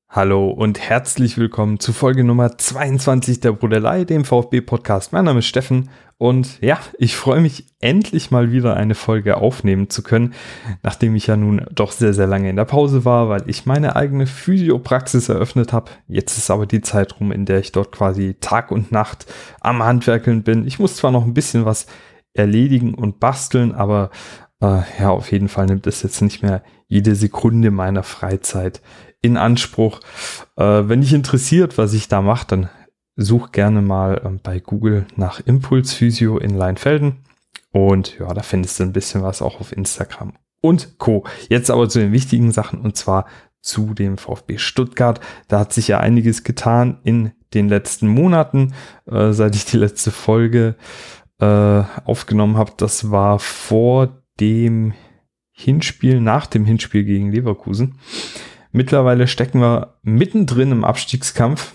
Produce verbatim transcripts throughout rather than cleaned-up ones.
Hallo und herzlich willkommen zu Folge Nummer zweiundzwanzig der Bruderlei, dem VfB-Podcast. Mein Name ist Steffen und ja, ich freue mich, endlich mal wieder eine Folge aufnehmen zu können, nachdem ich ja nun doch sehr, sehr lange in der Pause war, weil ich meine eigene Physiopraxis eröffnet habe. Jetzt ist aber die Zeit rum, in der ich dort quasi Tag und Nacht am Handwerkeln bin. Ich muss zwar noch ein bisschen was erledigen und basteln, aber äh, ja, auf jeden Fall nimmt es jetzt nicht mehr jede Sekunde meiner Freizeit in Anspruch. Äh, wenn dich interessiert, was ich da mache, dann such gerne mal ähm, bei Google nach Impuls Physio in Leinfelden und ja, da findest du ein bisschen was auch auf Instagram und Co. Jetzt aber zu den wichtigen Sachen und zwar zu dem VfB Stuttgart. Da hat sich ja einiges getan in den letzten Monaten, äh, seit ich die letzte Folge äh, aufgenommen habe. Das war vor dem Hinspiel, nach dem Hinspiel gegen Leverkusen. Mittlerweile stecken wir mittendrin im Abstiegskampf.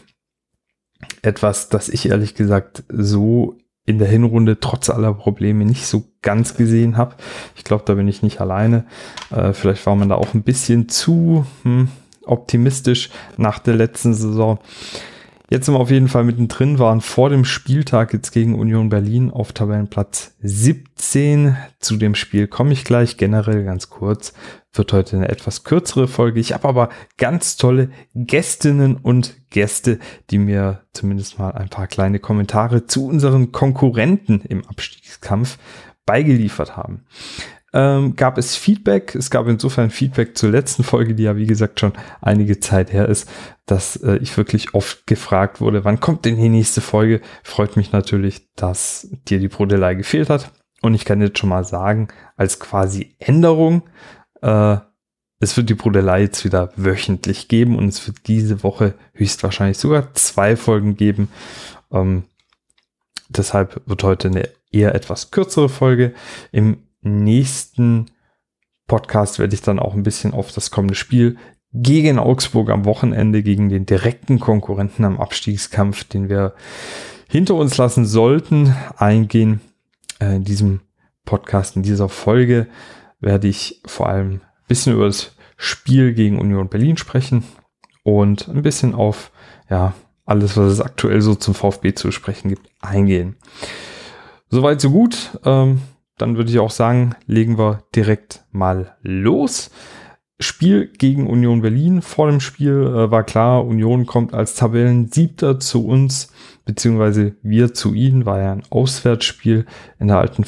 Etwas, das ich ehrlich gesagt so in der Hinrunde trotz aller Probleme nicht so ganz gesehen habe. Ich glaube, da bin ich nicht alleine. Äh, vielleicht war man da auch ein bisschen zu hm, optimistisch nach der letzten Saison. Jetzt sind wir auf jeden Fall mittendrin, waren vor dem Spieltag jetzt gegen Union Berlin auf Tabellenplatz siebzehn. Zu dem Spiel komme ich gleich, generell ganz kurz. Wird heute eine etwas kürzere Folge. Ich habe aber ganz tolle Gästinnen und Gäste, die mir zumindest mal ein paar kleine Kommentare zu unseren Konkurrenten im Abstiegskampf beigeliefert haben. Ähm, gab es Feedback. Es gab insofern Feedback zur letzten Folge, die ja wie gesagt schon einige Zeit her ist, dass äh, ich wirklich oft gefragt wurde, wann kommt denn die nächste Folge? Freut mich natürlich, dass dir die Brodelei gefehlt hat. Und ich kann jetzt schon mal sagen, als quasi Änderung, äh, es wird die Brodelei jetzt wieder wöchentlich geben und es wird diese Woche höchstwahrscheinlich sogar zwei Folgen geben. Ähm, deshalb wird heute eine eher etwas kürzere Folge. Im nächsten Podcast werde ich dann auch ein bisschen auf das kommende Spiel gegen Augsburg am Wochenende, gegen den direkten Konkurrenten am Abstiegskampf, den wir hinter uns lassen sollten, eingehen. Äh, in diesem Podcast, in dieser Folge werde ich vor allem ein bisschen über das Spiel gegen Union Berlin sprechen und ein bisschen auf ja alles, was es aktuell so zum VfB zu sprechen gibt, eingehen. Soweit, so gut. Ähm, Dann würde ich auch sagen, legen wir direkt mal los. Spiel gegen Union Berlin. Vor dem Spiel äh, war klar, Union kommt als Tabellensiebter zu uns, beziehungsweise wir zu ihnen. War ja ein Auswärtsspiel in der alten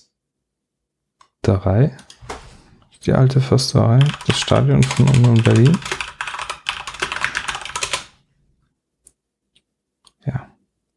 Försterei. Die alte Försterei, das Stadion von Union Berlin. Ja.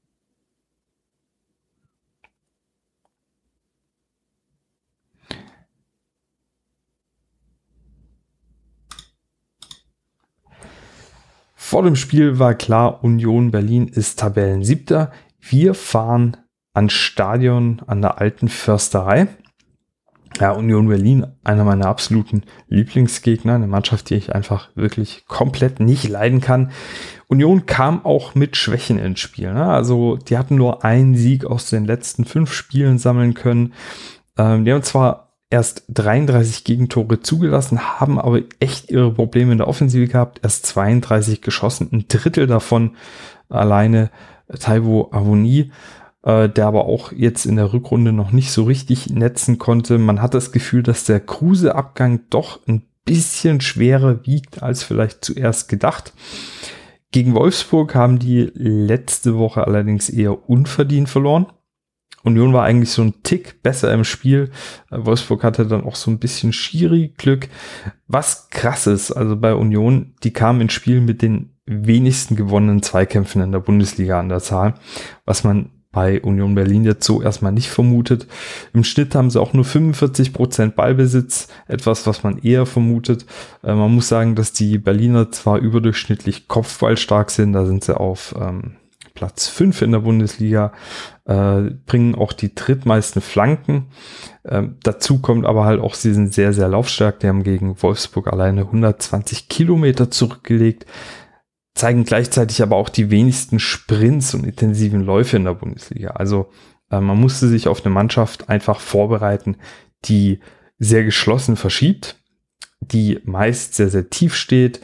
Vor dem Spiel war klar, Union Berlin ist Tabellensiebter. Wir fahren ans Stadion an der alten Försterei. Ja, Union Berlin, einer meiner absoluten Lieblingsgegner, eine Mannschaft, die ich einfach wirklich komplett nicht leiden kann. Union kam auch mit Schwächen ins Spiel. Ne? Also die hatten nur einen Sieg aus den letzten fünf Spielen sammeln können. Ähm, die haben zwar erst dreiunddreißig Gegentore zugelassen, haben aber echt ihre Probleme in der Offensive gehabt. Erst zweiunddreißig geschossen, ein Drittel davon alleine Taiwo Awoniyi, äh, der aber auch jetzt in der Rückrunde noch nicht so richtig netzen konnte. Man hat das Gefühl, dass der Kruse-Abgang doch ein bisschen schwerer wiegt als vielleicht zuerst gedacht. Gegen Wolfsburg haben die letzte Woche allerdings eher unverdient verloren. Union war eigentlich so ein Tick besser im Spiel. Wolfsburg hatte dann auch so ein bisschen Schiri-Glück. Was krass ist, also bei Union, die kamen ins Spiel mit den wenigsten gewonnenen Zweikämpfen in der Bundesliga an der Zahl, was man bei Union Berlin jetzt so erstmal nicht vermutet. Im Schnitt haben sie auch nur fünfundvierzig Prozent Ballbesitz, etwas, was man eher vermutet. Äh, man muss sagen, dass die Berliner zwar überdurchschnittlich kopfballstark sind, da sind sie auf ähm, Platz fünf in der Bundesliga, äh, bringen auch die drittmeisten Flanken. Ähm, dazu kommt aber halt auch, sie sind sehr, sehr laufstark. Die haben gegen Wolfsburg alleine hundertzwanzig Kilometer zurückgelegt, zeigen gleichzeitig aber auch die wenigsten Sprints und intensiven Läufe in der Bundesliga. Also äh, man musste sich auf eine Mannschaft einfach vorbereiten, die sehr geschlossen verschiebt, die meist sehr, sehr tief steht,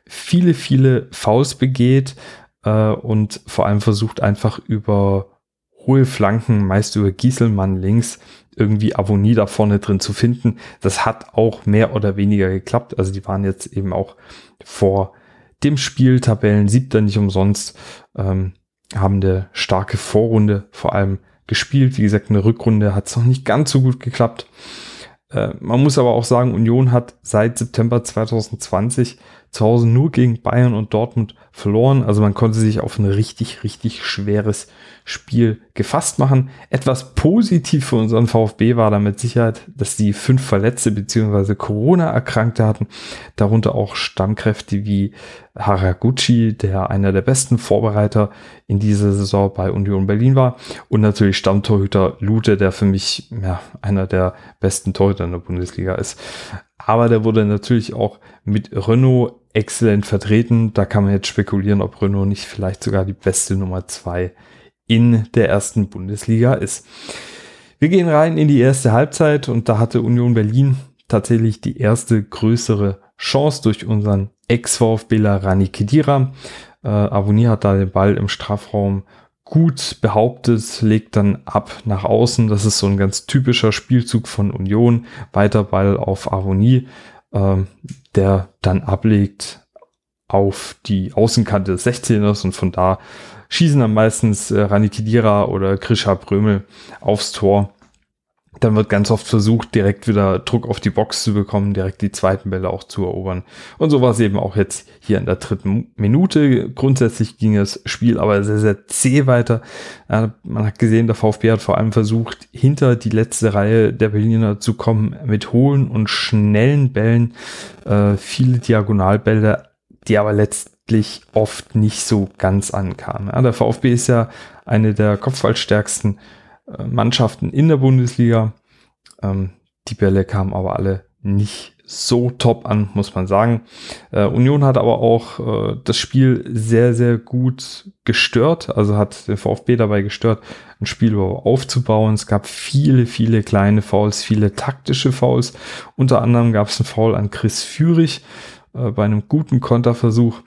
viele, viele Fouls begeht äh, und vor allem versucht einfach über hohe Flanken, meist über Gieselmann links, irgendwie Avonie da vorne drin zu finden. Das hat auch mehr oder weniger geklappt. Also die waren jetzt eben auch vor dem Spiel Tabellen siebter nicht umsonst, ähm, haben eine starke Vorrunde vor allem gespielt. Wie gesagt, eine Rückrunde hat es noch nicht ganz so gut geklappt. Äh, man muss aber auch sagen, Union hat seit September zwanzig zwanzig zu Hause nur gegen Bayern und Dortmund verloren. Also man konnte sich auf ein richtig, richtig schweres Spiel gefasst machen. Etwas positiv für unseren VfB war da mit Sicherheit, dass die fünf Verletzte bzw. Corona-Erkrankte hatten. Darunter auch Stammkräfte wie Haraguchi, der einer der besten Vorbereiter in dieser Saison bei Union Berlin war. Und natürlich Stammtorhüter Lute, der für mich ja, einer der besten Torhüter in der Bundesliga ist. Aber der wurde natürlich auch mit Renault exzellent vertreten. Da kann man jetzt spekulieren, ob Renault nicht vielleicht sogar die beste Nummer zwei in der ersten Bundesliga ist. Wir gehen rein in die erste Halbzeit und da hatte Union Berlin tatsächlich die erste größere Chance durch unseren Ex-VfBler Rani Khedira. Äh, Avonie hat da den Ball im Strafraum gut behauptet, legt dann ab nach außen. Das ist so ein ganz typischer Spielzug von Union. Weiter Ball auf Avonie, ähm, der dann ablegt auf die Außenkante des sechzehners und von da schießen dann meistens äh, Rani Khedira oder Grisha Prömel aufs Tor. Dann wird ganz oft versucht, direkt wieder Druck auf die Box zu bekommen, direkt die zweiten Bälle auch zu erobern. Und so war es eben auch jetzt hier in der dritten Minute. Grundsätzlich ging das Spiel aber sehr, sehr zäh weiter. Ja, man hat gesehen, der VfB hat vor allem versucht, hinter die letzte Reihe der Berliner zu kommen mit hohen und schnellen Bällen. Äh, viele Diagonalbälle, die aber letztlich oft nicht so ganz ankamen. Ja, der VfB ist ja eine der kopfballstärksten Mannschaften in der Bundesliga. Ähm, die Bälle kamen aber alle nicht so top an, muss man sagen. Äh, Union hat aber auch äh, das Spiel sehr, sehr gut gestört, also hat den VfB dabei gestört, ein Spiel aufzubauen. Es gab viele, viele kleine Fouls, viele taktische Fouls. Unter anderem gab es einen Foul an Chris Führig. Äh, bei einem guten Konterversuch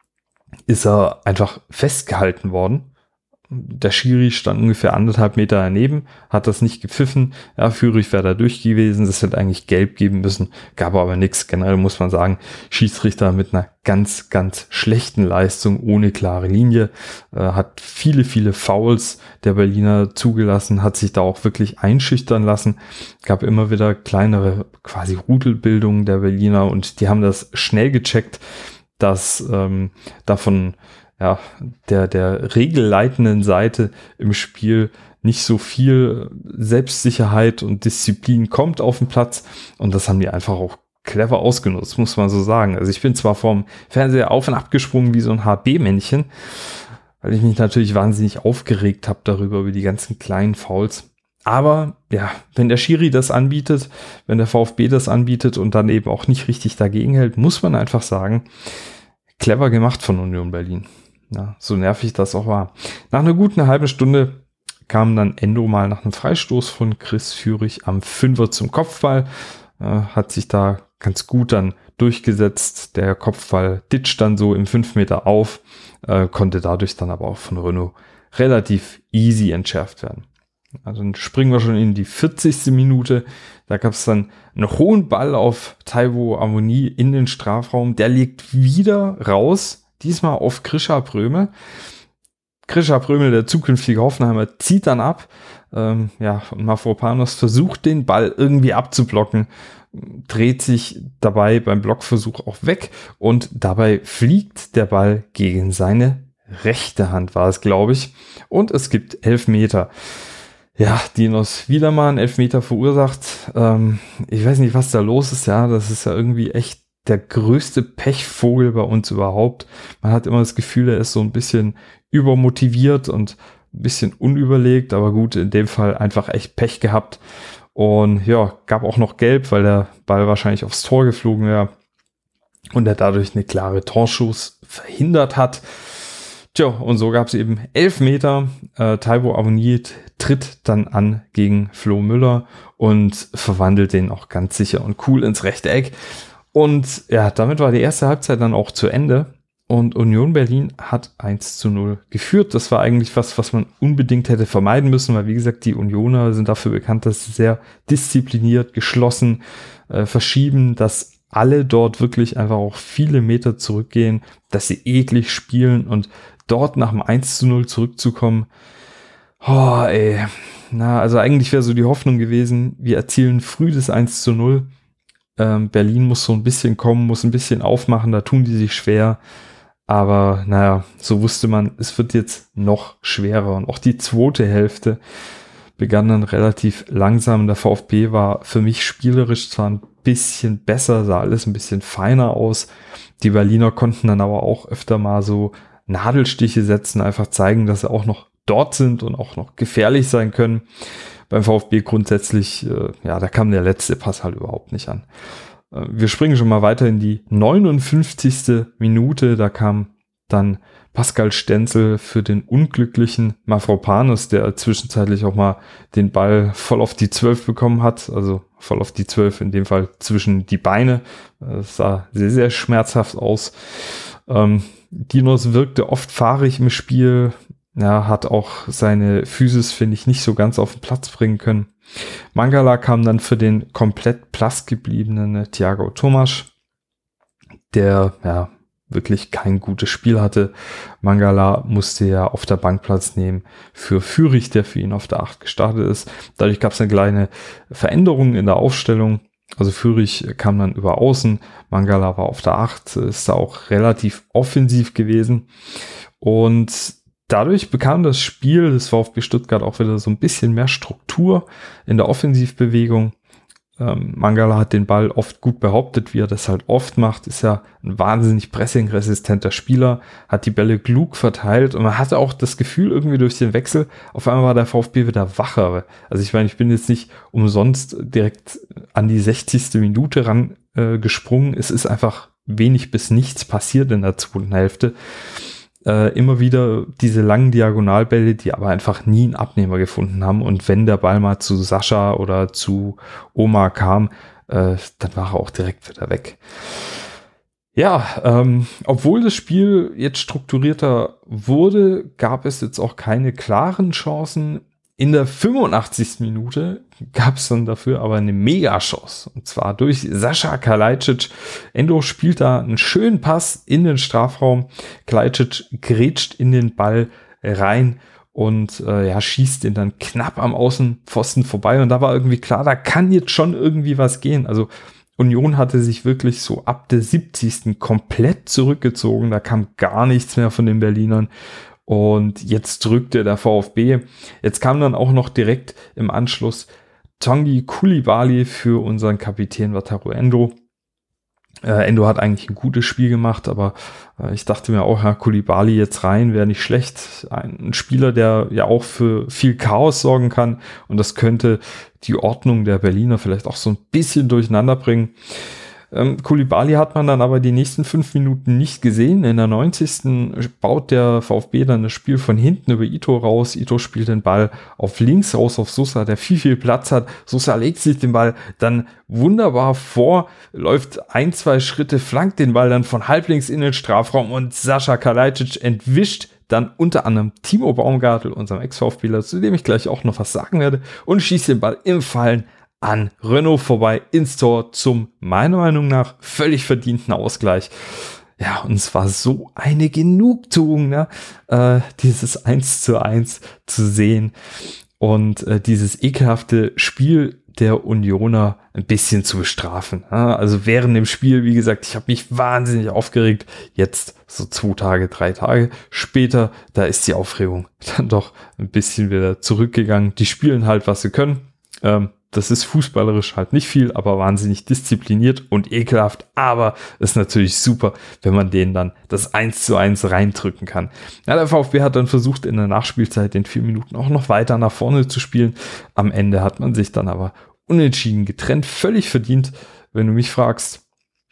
ist er einfach festgehalten worden. Der Schiri stand ungefähr anderthalb Meter daneben, hat das nicht gepfiffen. Ja, Führig wäre da durch gewesen, das hätte eigentlich gelb geben müssen, gab aber nichts. Generell muss man sagen, Schiedsrichter mit einer ganz, ganz schlechten Leistung, ohne klare Linie, äh, hat viele, viele Fouls der Berliner zugelassen, hat sich da auch wirklich einschüchtern lassen. Gab immer wieder kleinere quasi Rudelbildungen der Berliner und die haben das schnell gecheckt, dass ähm, davon ja, der, der regelleitenden Seite im Spiel nicht so viel Selbstsicherheit und Disziplin kommt auf den Platz und das haben die einfach auch clever ausgenutzt, muss man so sagen. Also ich bin zwar vom Fernseher auf und ab gesprungen wie so ein H B-Männchen, weil ich mich natürlich wahnsinnig aufgeregt habe darüber, über die ganzen kleinen Fouls. Aber ja, wenn der Schiri das anbietet, wenn der VfB das anbietet und dann eben auch nicht richtig dagegen hält, muss man einfach sagen, clever gemacht von Union Berlin. Ja, so nervig das auch war. Nach einer guten halben Stunde kam dann Endo mal nach einem Freistoß von Chris Führig am Fünfer zum Kopfball. Äh, hat sich da ganz gut dann durchgesetzt. Der Kopfball ditcht dann so im fünf Meter auf, äh, konnte dadurch dann aber auch von Renault relativ easy entschärft werden. Also dann springen wir schon in die vierzigste Minute. Da gab es dann einen hohen Ball auf Taiwo Avonie in den Strafraum. Der legt wieder raus. Diesmal auf Grisha Prömel. Grisha Prömel, der zukünftige Hoffenheimer, zieht dann ab. Ähm, ja, und Mavropanos versucht, den Ball irgendwie abzublocken, dreht sich dabei beim Blockversuch auch weg und dabei fliegt der Ball gegen seine rechte Hand, war es, glaube ich. Und es gibt Elfmeter. Ja, Dinos wieder mal einen Elfmeter verursacht. Ähm, ich weiß nicht, was da los ist. Ja, das ist ja irgendwie echt der größte Pechvogel bei uns überhaupt. Man hat immer das Gefühl, er ist so ein bisschen übermotiviert und ein bisschen unüberlegt, aber gut, in dem Fall einfach echt Pech gehabt. Und ja, gab auch noch Gelb, weil der Ball wahrscheinlich aufs Tor geflogen wäre und er dadurch eine klare Torschuss verhindert hat. Tja, und so gab es eben Elfmeter. Äh, Taiwo Avonie tritt dann an gegen Flo Müller und verwandelt den auch ganz sicher und cool ins rechte Eck. Und ja, damit war die erste Halbzeit dann auch zu Ende. Und Union Berlin hat eins zu null geführt. Das war eigentlich was, was man unbedingt hätte vermeiden müssen, weil wie gesagt, die Unioner sind dafür bekannt, dass sie sehr diszipliniert, geschlossen äh, verschieben, dass alle dort wirklich einfach auch viele Meter zurückgehen, dass sie eklig spielen und dort nach dem eins zu null zurückzukommen. Oh, ey. Na, also eigentlich wäre so die Hoffnung gewesen, wir erzielen früh das eins zu null. Ähm, Berlin muss so ein bisschen kommen, muss ein bisschen aufmachen, da tun die sich schwer. Aber naja, so wusste man, es wird jetzt noch schwerer. Und auch die zweite Hälfte begann dann relativ langsam. Der VfB war für mich spielerisch zwar ein bisschen besser, sah alles ein bisschen feiner aus. Die Berliner konnten dann aber auch öfter mal so Nadelstiche setzen, einfach zeigen, dass sie auch noch dort sind und auch noch gefährlich sein können. Beim VfB grundsätzlich, äh, ja, da kam der letzte Pass halt überhaupt nicht an. Wir springen schon mal weiter in die neunundfünfzigste Minute. Da kam dann Pascal Stenzel für den unglücklichen Mavropanos, der zwischenzeitlich auch mal den Ball voll auf die zwölf bekommen hat. Also voll auf die zwölf, in dem Fall zwischen die Beine. Das sah sehr, sehr schmerzhaft aus. Ähm, Dinos wirkte oft fahrig im Spiel. Ja, hat auch seine Physis, finde ich, nicht so ganz auf den Platz bringen können. Mangala kam dann für den komplett blass gebliebenen Thiago Tomasch, der ja wirklich kein gutes Spiel hatte. Mangala musste ja auf der Bank Platz nehmen für Führig, der für ihn auf der acht gestartet ist. Dadurch gab es eine kleine Veränderung in der Aufstellung. Also Führig kam dann über außen, Mangala war auf der acht, ist da auch relativ offensiv gewesen. Und dadurch bekam das Spiel des VfB Stuttgart auch wieder so ein bisschen mehr Struktur in der Offensivbewegung. Ähm, Mangala hat den Ball oft gut behauptet, wie er das halt oft macht. Ist ja ein wahnsinnig pressingresistenter Spieler, hat die Bälle klug verteilt und man hatte auch das Gefühl irgendwie durch den Wechsel, auf einmal war der VfB wieder wacher. Also ich meine, ich bin jetzt nicht umsonst direkt an die sechzigste Minute ran äh, gesprungen. Es ist einfach wenig bis nichts passiert in der zweiten Hälfte. Äh, immer wieder diese langen Diagonalbälle, die aber einfach nie einen Abnehmer gefunden haben. Und wenn der Ball mal zu Sascha oder zu Omar kam, äh, dann war er auch direkt wieder weg. Ja, ähm, obwohl das Spiel jetzt strukturierter wurde, gab es jetzt auch keine klaren Chancen. In der fünfundachtzigsten Minute gab es dann dafür aber eine Mega-Chance. Und zwar durch Sascha Kalajdzic. Endo spielt da einen schönen Pass in den Strafraum. Kalajdzic grätscht in den Ball rein und äh, ja, schießt ihn dann knapp am Außenpfosten vorbei. Und da war irgendwie klar, da kann jetzt schon irgendwie was gehen. Also Union hatte sich wirklich so ab der siebzigsten komplett zurückgezogen. Da kam gar nichts mehr von den Berlinern. Und jetzt drückte der VfB. Jetzt kam dann auch noch direkt im Anschluss Tanguy Coulibaly für unseren Kapitän Wataru Endo. Äh, Endo hat eigentlich ein gutes Spiel gemacht, aber äh, ich dachte mir auch, ja, Coulibaly jetzt rein wäre nicht schlecht. Ein, ein Spieler, der ja auch für viel Chaos sorgen kann. Und das könnte die Ordnung der Berliner vielleicht auch so ein bisschen durcheinander bringen. Ähm, Coulibaly hat man dann aber die nächsten fünf Minuten nicht gesehen. In der neunzigsten baut der VfB dann das Spiel von hinten über Ito raus. Ito spielt den Ball auf links raus auf Sosa, der viel, viel Platz hat. Sosa legt sich den Ball dann wunderbar vor, läuft ein, zwei Schritte, flankt den Ball dann von halblinks in den Strafraum und Sascha Kalajdzic entwischt dann unter anderem Timo Baumgartel, unserem Ex-VfBler, zu dem ich gleich auch noch was sagen werde, und schießt den Ball im Fallen an Renault vorbei ins Tor zum, meiner Meinung nach, völlig verdienten Ausgleich. Ja, und es war so eine Genugtuung, ne? äh, dieses eins zu eins zu sehen und äh, dieses ekelhafte Spiel der Unioner ein bisschen zu bestrafen. Ja? Also während dem Spiel, wie gesagt, ich habe mich wahnsinnig aufgeregt. Jetzt so zwei Tage, drei Tage später, da ist die Aufregung dann doch ein bisschen wieder zurückgegangen. Die spielen halt, was sie können. Ähm, Das ist fußballerisch halt nicht viel, aber wahnsinnig diszipliniert und ekelhaft. Aber ist natürlich super, wenn man denen dann das eins zu eins reindrücken kann. Ja, der VfB hat dann versucht, in der Nachspielzeit in vier Minuten auch noch weiter nach vorne zu spielen. Am Ende hat man sich dann aber unentschieden getrennt. Völlig verdient, wenn du mich fragst.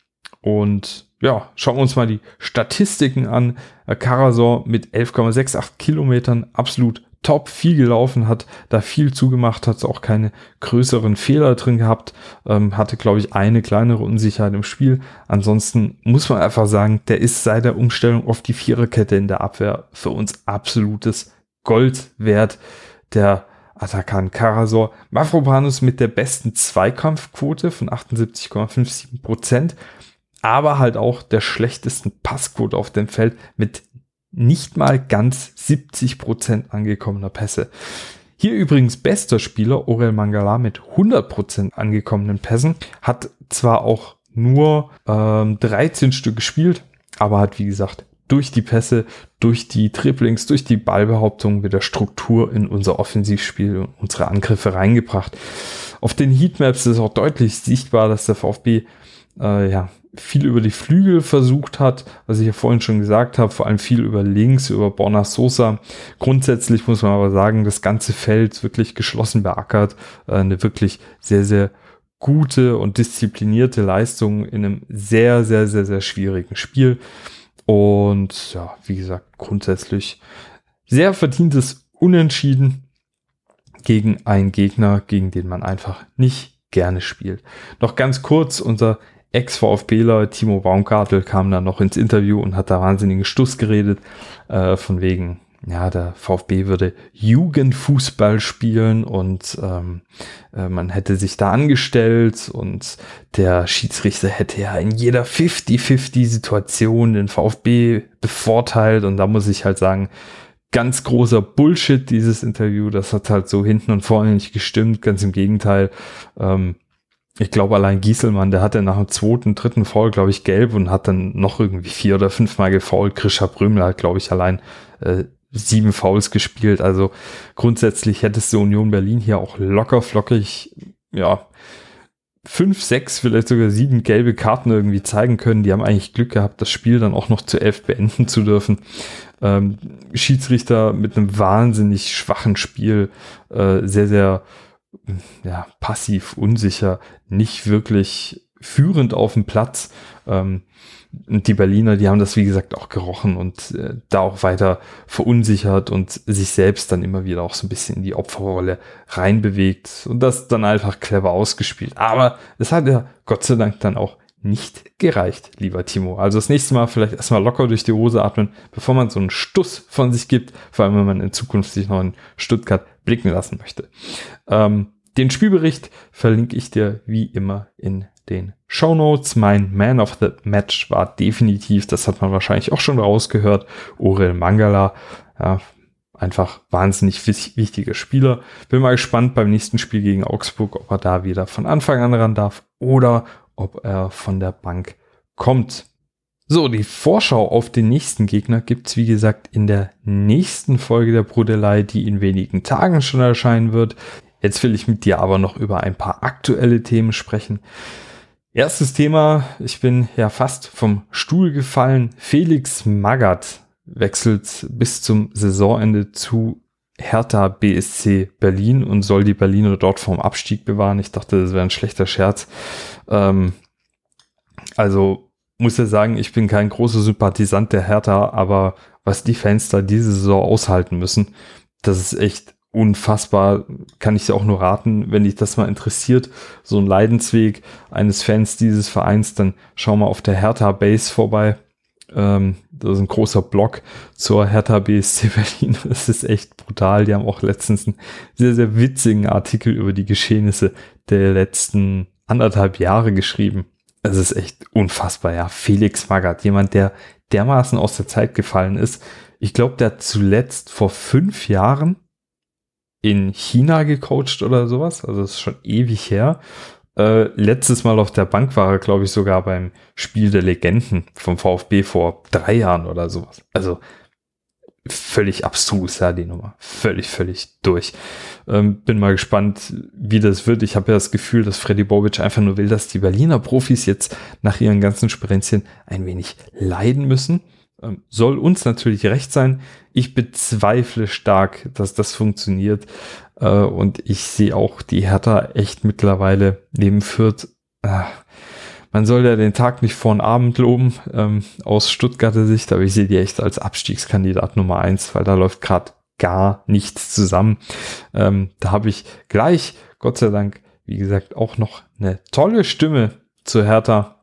Und ja, schauen wir uns mal die Statistiken an. Karasor mit elf Komma achtundsechzig Kilometern, absolut top viel gelaufen, hat da viel zugemacht, hat auch keine größeren Fehler drin gehabt, ähm, hatte, glaube ich, eine kleinere Unsicherheit im Spiel. Ansonsten muss man einfach sagen, der ist seit der Umstellung auf die Viererkette in der Abwehr für uns absolutes Gold wert. Der Atakan Karasor, Mavropanos mit der besten Zweikampfquote von achtundsiebzig Komma siebenundfünfzig Prozent, aber halt auch der schlechtesten Passquote auf dem Feld mit nicht mal ganz siebzig Prozent angekommener Pässe. Hier übrigens bester Spieler Orel Mangala mit hundert Prozent angekommenen Pässen, hat zwar auch nur ähm, dreizehn Stück gespielt, aber hat wie gesagt durch die Pässe, durch die Dribblings, durch die Ballbehauptung wieder Struktur in unser Offensivspiel und unsere Angriffe reingebracht. Auf den Heatmaps ist auch deutlich sichtbar, dass der VfB äh, ja viel über die Flügel versucht hat, was ich ja vorhin schon gesagt habe, vor allem viel über links, über Borna Sosa. Grundsätzlich muss man aber sagen, das ganze Feld wirklich geschlossen beackert, äh, eine wirklich sehr, sehr gute und disziplinierte Leistung in einem sehr, sehr, sehr, sehr schwierigen Spiel. Und ja, wie gesagt, grundsätzlich sehr verdientes Unentschieden gegen einen Gegner, gegen den man einfach nicht gerne spielt. Noch ganz kurz, unser Ex-VfBler Timo Baumgartel kam dann noch ins Interview und hat da wahnsinnigen Stuss geredet, äh, von wegen, ja, der VfB würde Jugendfußball spielen und ähm, äh, man hätte sich da angestellt und der Schiedsrichter hätte ja in jeder fünfzig fünfzig Situation den VfB bevorteilt, und da muss ich halt sagen, ganz großer Bullshit, dieses Interview. Das hat halt so hinten und vorne nicht gestimmt, ganz im Gegenteil. Ähm, ich glaube, allein Gieselmann, der hatte nach dem zweiten, dritten Foul, glaube ich, gelb und hat dann noch irgendwie vier oder fünfmal gefoult. Grisha Brömler hat, glaube ich, allein äh, sieben Fouls gespielt. Also grundsätzlich hättest du Union Berlin hier auch locker flockig, ja, fünf, sechs, vielleicht sogar sieben gelbe Karten irgendwie zeigen können. Die haben eigentlich Glück gehabt, das Spiel dann auch noch zu elf beenden zu dürfen. Ähm, Schiedsrichter mit einem wahnsinnig schwachen Spiel, äh, sehr, sehr ja, passiv, unsicher, nicht wirklich führend auf dem Platz. Ähm, die Berliner, die haben das wie gesagt auch gerochen und äh, da auch weiter verunsichert und sich selbst dann immer wieder auch so ein bisschen in die Opferrolle reinbewegt und das dann einfach clever ausgespielt. Aber es hat ja Gott sei Dank dann auch nicht gereicht, lieber Timo. Also das nächste Mal vielleicht erstmal locker durch die Hose atmen, bevor man so einen Stuss von sich gibt, vor allem wenn man in Zukunft sich noch in Stuttgart blicken lassen möchte. Ähm, den Spielbericht verlinke ich dir wie immer in den Shownotes. Mein Man of the Match war definitiv, das hat man wahrscheinlich auch schon rausgehört, Orel Mangala. Ja, einfach wahnsinnig wichtiger Spieler. Bin mal gespannt beim nächsten Spiel gegen Augsburg, ob er da wieder von Anfang an ran darf oder ob er von der Bank kommt. So, die Vorschau auf den nächsten Gegner gibt's wie gesagt in der nächsten Folge der Brodelei, die in wenigen Tagen schon erscheinen wird. Jetzt will ich mit dir aber noch über ein paar aktuelle Themen sprechen. Erstes Thema, ich bin ja fast vom Stuhl gefallen. Felix Magath wechselt bis zum Saisonende zu Hertha B S C Berlin und soll die Berliner dort vom Abstieg bewahren. Ich dachte, das wäre ein schlechter Scherz. Ähm, also muss ja sagen, ich bin kein großer Sympathisant der Hertha, aber was die Fans da diese Saison aushalten müssen, das ist echt unfassbar. Kann ich dir auch nur raten, wenn dich das mal interessiert, so ein Leidensweg eines Fans dieses Vereins, dann schau mal auf der Hertha Base vorbei. Ähm, das ist ein großer Blog zur Hertha B S C Berlin. Das ist echt brutal. Die haben auch letztens einen sehr, sehr witzigen Artikel über die Geschehnisse der letzten anderthalb Jahre geschrieben. Das ist echt unfassbar, ja. Felix Magath, jemand, der dermaßen aus der Zeit gefallen ist. Ich glaube, der hat zuletzt vor fünf Jahren in China gecoacht oder sowas. Also das ist schon ewig her. Äh, letztes Mal auf der Bank war er, glaube ich, sogar beim Spiel der Legenden vom VfB vor drei Jahren oder sowas. Also völlig abstrus, ja, die Nummer. Völlig, völlig durch. Ähm, bin mal gespannt, wie das wird. Ich habe ja das Gefühl, dass Freddy Bobic einfach nur will, dass die Berliner Profis jetzt nach ihren ganzen Sperenzien ein wenig leiden müssen. Ähm, soll uns natürlich recht sein. Ich bezweifle stark, dass das funktioniert. Äh, und ich sehe auch die Hertha echt mittlerweile neben Fürth. Äh, man soll ja den Tag nicht vor den Abend loben, ähm, aus Stuttgarter Sicht, aber ich sehe die echt als Abstiegskandidat Nummer eins, weil da läuft gerade gar nichts zusammen. Ähm, da habe ich gleich, Gott sei Dank, wie gesagt, auch noch eine tolle Stimme zu Hertha.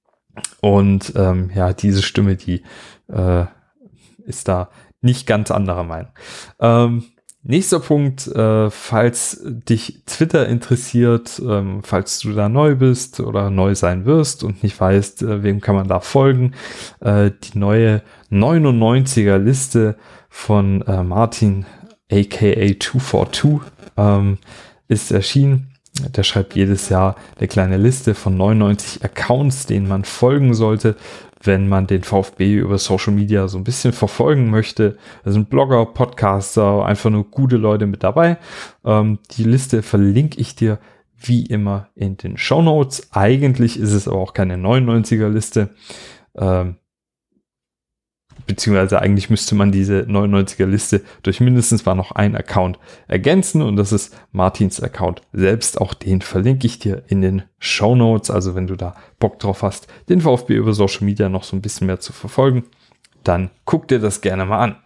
Und ähm, ja, diese Stimme, die äh, ist da nicht ganz anderer Meinung. Ähm, nächster Punkt, äh, falls dich Twitter interessiert, ähm, falls du da neu bist oder neu sein wirst und nicht weißt, äh, wem kann man da folgen, äh, die neue neunundneunziger Liste von äh, Martin aka zwei vier zwei ähm, ist erschienen. Der schreibt jedes Jahr eine kleine Liste von neunundneunzig Accounts, denen man folgen sollte, wenn man den VfB über Social Media so ein bisschen verfolgen möchte. Da sind Blogger, Podcaster, einfach nur gute Leute mit dabei. Ähm, die Liste verlinke ich dir wie immer in den Shownotes. Eigentlich ist es aber auch keine neunundneunziger Liste. Ähm, beziehungsweise eigentlich müsste man diese neunundneunziger Liste durch mindestens mal noch einen Account ergänzen und das ist Martins Account selbst. Auch den verlinke ich dir in den Shownotes. Also wenn du da Bock drauf hast, den VfB über Social Media noch so ein bisschen mehr zu verfolgen, dann guck dir das gerne mal an.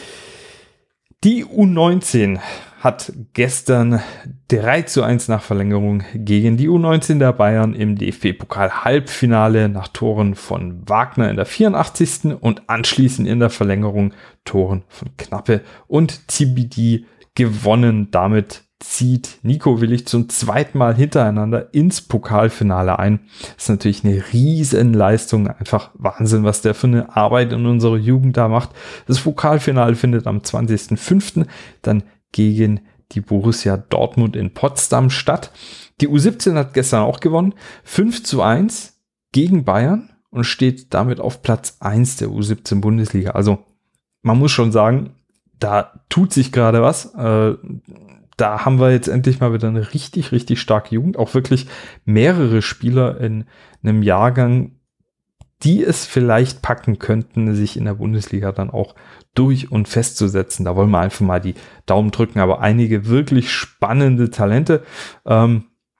Die U neunzehn hat gestern drei zu eins nach Verlängerung gegen die U neunzehn der Bayern im D F B-Pokal-Halbfinale nach Toren von Wagner in der vierundachtzigsten und anschließend in der Verlängerung Toren von Knappe und T B D gewonnen. Damit zieht Nico Willig zum zweiten Mal hintereinander ins Pokalfinale ein. Das ist natürlich eine riesen Leistung, einfach Wahnsinn, was der für eine Arbeit in unserer Jugend da macht. Das Pokalfinale findet am zwanzigsten fünften dann gegen die Borussia Dortmund in Potsdam statt. Die U siebzehn hat gestern auch gewonnen, fünf zu eins gegen Bayern und steht damit auf Platz eins der U siebzehn Bundesliga. Also man muss schon sagen, da tut sich gerade was. Äh, da haben wir jetzt endlich mal wieder eine richtig, richtig starke Jugend. Auch wirklich mehrere Spieler in einem Jahrgang, die es vielleicht packen könnten, sich in der Bundesliga dann auch durch und festzusetzen. Da wollen wir einfach mal die Daumen drücken, aber einige wirklich spannende Talente. Ähm,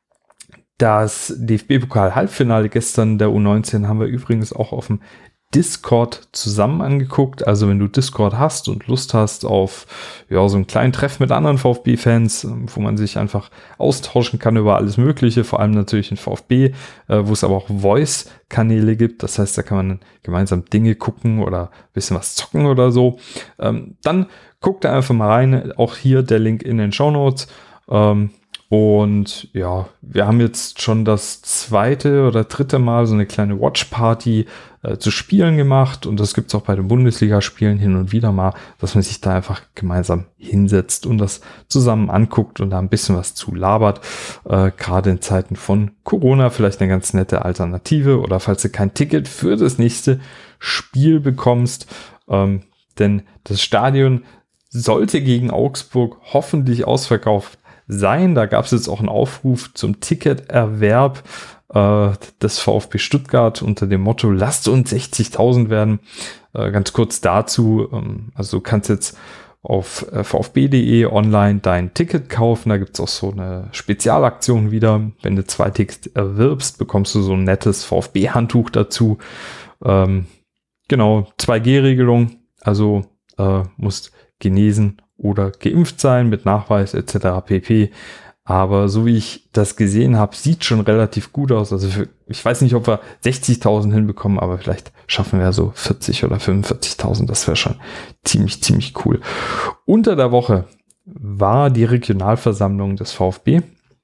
das D F B-Pokal-Halbfinale gestern der U neunzehn haben wir übrigens auch auf dem Discord zusammen angeguckt. Also wenn du Discord hast und Lust hast auf ja, so einen kleinen Treff mit anderen VfB-Fans, wo man sich einfach austauschen kann über alles Mögliche, vor allem natürlich in VfB, äh, wo es aber auch Voice-Kanäle gibt. Das heißt, da kann man gemeinsam Dinge gucken oder ein bisschen was zocken oder so. Ähm, dann guckt da einfach mal rein. Auch hier der Link in den Shownotes. Ähm, Und ja, wir haben jetzt schon das zweite oder dritte Mal so eine kleine Watch-Party äh, zu Spielen gemacht und das gibt es auch bei den Bundesligaspielen hin und wieder mal, dass man sich da einfach gemeinsam hinsetzt und das zusammen anguckt und da ein bisschen was zu labert. Äh, gerade in Zeiten von Corona vielleicht eine ganz nette Alternative oder falls du kein Ticket für das nächste Spiel bekommst, ähm, denn das Stadion sollte gegen Augsburg hoffentlich ausverkauft sein. Da gab es jetzt auch einen Aufruf zum Ticketerwerb äh, des VfB Stuttgart unter dem Motto, lasst uns sechzigtausend werden. Äh, ganz kurz dazu, ähm, also du kannst jetzt auf äh, VfB punkt de online dein Ticket kaufen. Da gibt es auch so eine Spezialaktion wieder. Wenn du zwei Tickets erwirbst, bekommst du so ein nettes VfB-Handtuch dazu. Ähm, genau, zwei G Regelung, also äh, musst genesen oder geimpft sein mit Nachweis et cetera pp. Aber so wie ich das gesehen habe, sieht schon relativ gut aus. Also für, ich weiß nicht, ob wir sechzigtausend hinbekommen, aber vielleicht schaffen wir so vierzig oder fünfundvierzigtausend. Das wäre schon ziemlich, ziemlich cool. Unter der Woche war die Regionalversammlung des VfB.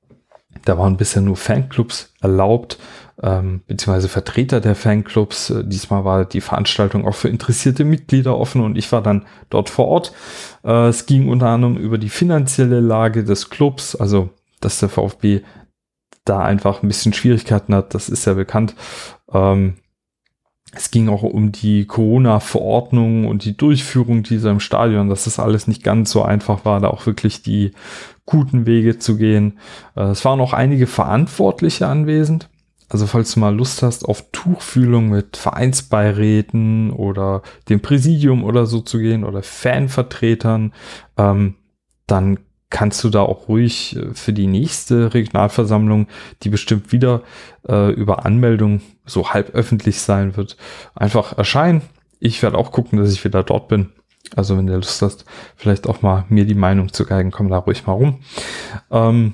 Da waren bisher nur Fanclubs erlaubt, ähm, beziehungsweise Vertreter der Fanclubs. Diesmal war die Veranstaltung auch für interessierte Mitglieder offen und ich war dann dort vor Ort. Äh, es ging unter anderem über die finanzielle Lage des Clubs, also dass der VfB da einfach ein bisschen Schwierigkeiten hat, das ist ja bekannt. Ähm, es ging auch um die Corona-Verordnung und die Durchführung dieser im Stadion, dass das alles nicht ganz so einfach war, da auch wirklich die guten Wege zu gehen. Äh, es waren auch einige Verantwortliche anwesend. Also falls du mal Lust hast auf Tuchfühlung mit Vereinsbeiräten oder dem Präsidium oder so zu gehen oder Fanvertretern, ähm, dann kannst du da auch ruhig für die nächste Regionalversammlung, die bestimmt wieder äh, über Anmeldung so halb öffentlich sein wird, einfach erscheinen. Ich werde auch gucken, dass ich wieder dort bin. Also wenn du Lust hast, vielleicht auch mal mir die Meinung zu geigen, komm da ruhig mal rum. Ähm,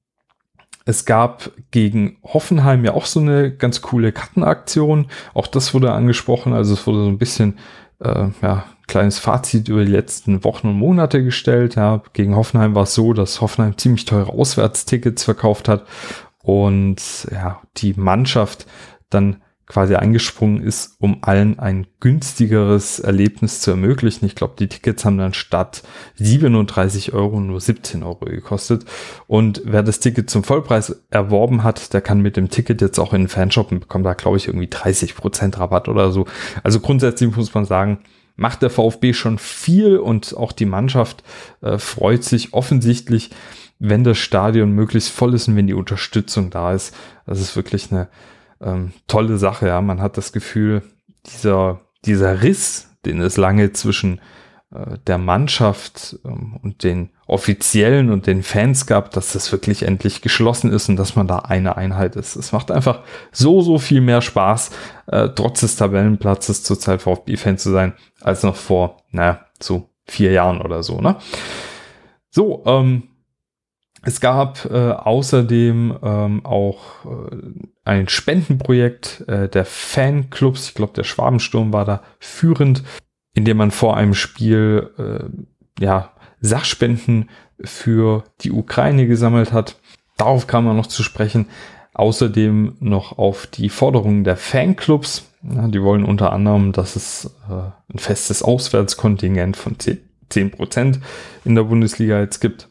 es gab gegen Hoffenheim ja auch so eine ganz coole Kartenaktion. Auch das wurde angesprochen. Also es wurde so ein bisschen, äh, ja, kleines Fazit über die letzten Wochen und Monate gestellt. Ja, gegen Hoffenheim war es so, dass Hoffenheim ziemlich teure Auswärtstickets verkauft hat und ja, die Mannschaft dann quasi eingesprungen ist, um allen ein günstigeres Erlebnis zu ermöglichen. Ich glaube, die Tickets haben dann statt siebenunddreißig Euro nur siebzehn Euro gekostet. Und wer das Ticket zum Vollpreis erworben hat, der kann mit dem Ticket jetzt auch in den Fanshop und bekommt da, glaube ich, irgendwie dreißig Prozent Rabatt oder so. Also grundsätzlich muss man sagen, macht der VfB schon viel und auch die Mannschaft äh, freut sich offensichtlich, wenn das Stadion möglichst voll ist und wenn die Unterstützung da ist. Das ist wirklich eine ähm, tolle Sache. Ja, man hat das Gefühl, dieser, dieser Riss, den es lange zwischen äh, der Mannschaft ähm, und den Offiziellen und den Fans gab, dass das wirklich endlich geschlossen ist und dass man da eine Einheit ist. Es macht einfach so, so viel mehr Spaß, äh, trotz des Tabellenplatzes zurzeit VfB-Fan zu sein, als noch vor, naja, so vier Jahren oder so, ne? So, ähm, es gab äh, außerdem ähm, auch äh, ein Spendenprojekt äh, der Fanclubs. Ich glaube, der Schwabensturm war da führend, in dem man vor einem Spiel äh, ja, Sachspenden für die Ukraine gesammelt hat. Darauf kam man noch zu sprechen. Außerdem noch auf die Forderungen der Fanclubs. Ja, die wollen unter anderem, dass es äh, ein festes Auswärtskontingent von zehn Prozent in der Bundesliga jetzt gibt.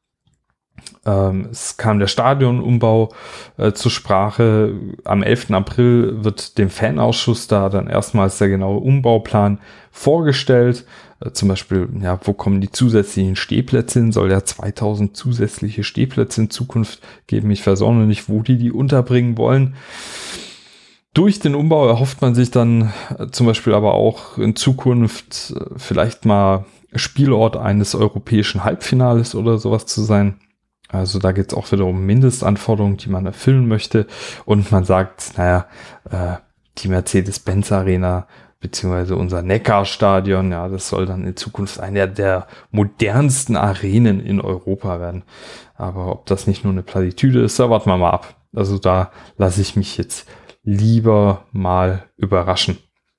Ähm, es kam der Stadionumbau äh, zur Sprache. Am elften April wird dem Fanausschuss da dann erstmals der genaue Umbauplan vorgestellt. Äh, zum Beispiel, ja, wo kommen die zusätzlichen Stehplätze hin? Soll ja zweitausend zusätzliche Stehplätze in Zukunft geben. Ich weiß auch noch nicht, wo die die unterbringen wollen. Durch den Umbau erhofft man sich dann äh, zum Beispiel aber auch in Zukunft äh, vielleicht mal Spielort eines europäischen Halbfinales oder sowas zu sein. Also da geht es auch wieder um Mindestanforderungen, die man erfüllen möchte. Und man sagt, naja, äh, die Mercedes-Benz Arena beziehungsweise unser Neckarstadion, ja, das soll dann in Zukunft eine der modernsten Arenen in Europa werden. Aber ob das nicht nur eine Plattitüde ist, da warten wir mal ab. Also da lasse ich mich jetzt lieber mal überraschen.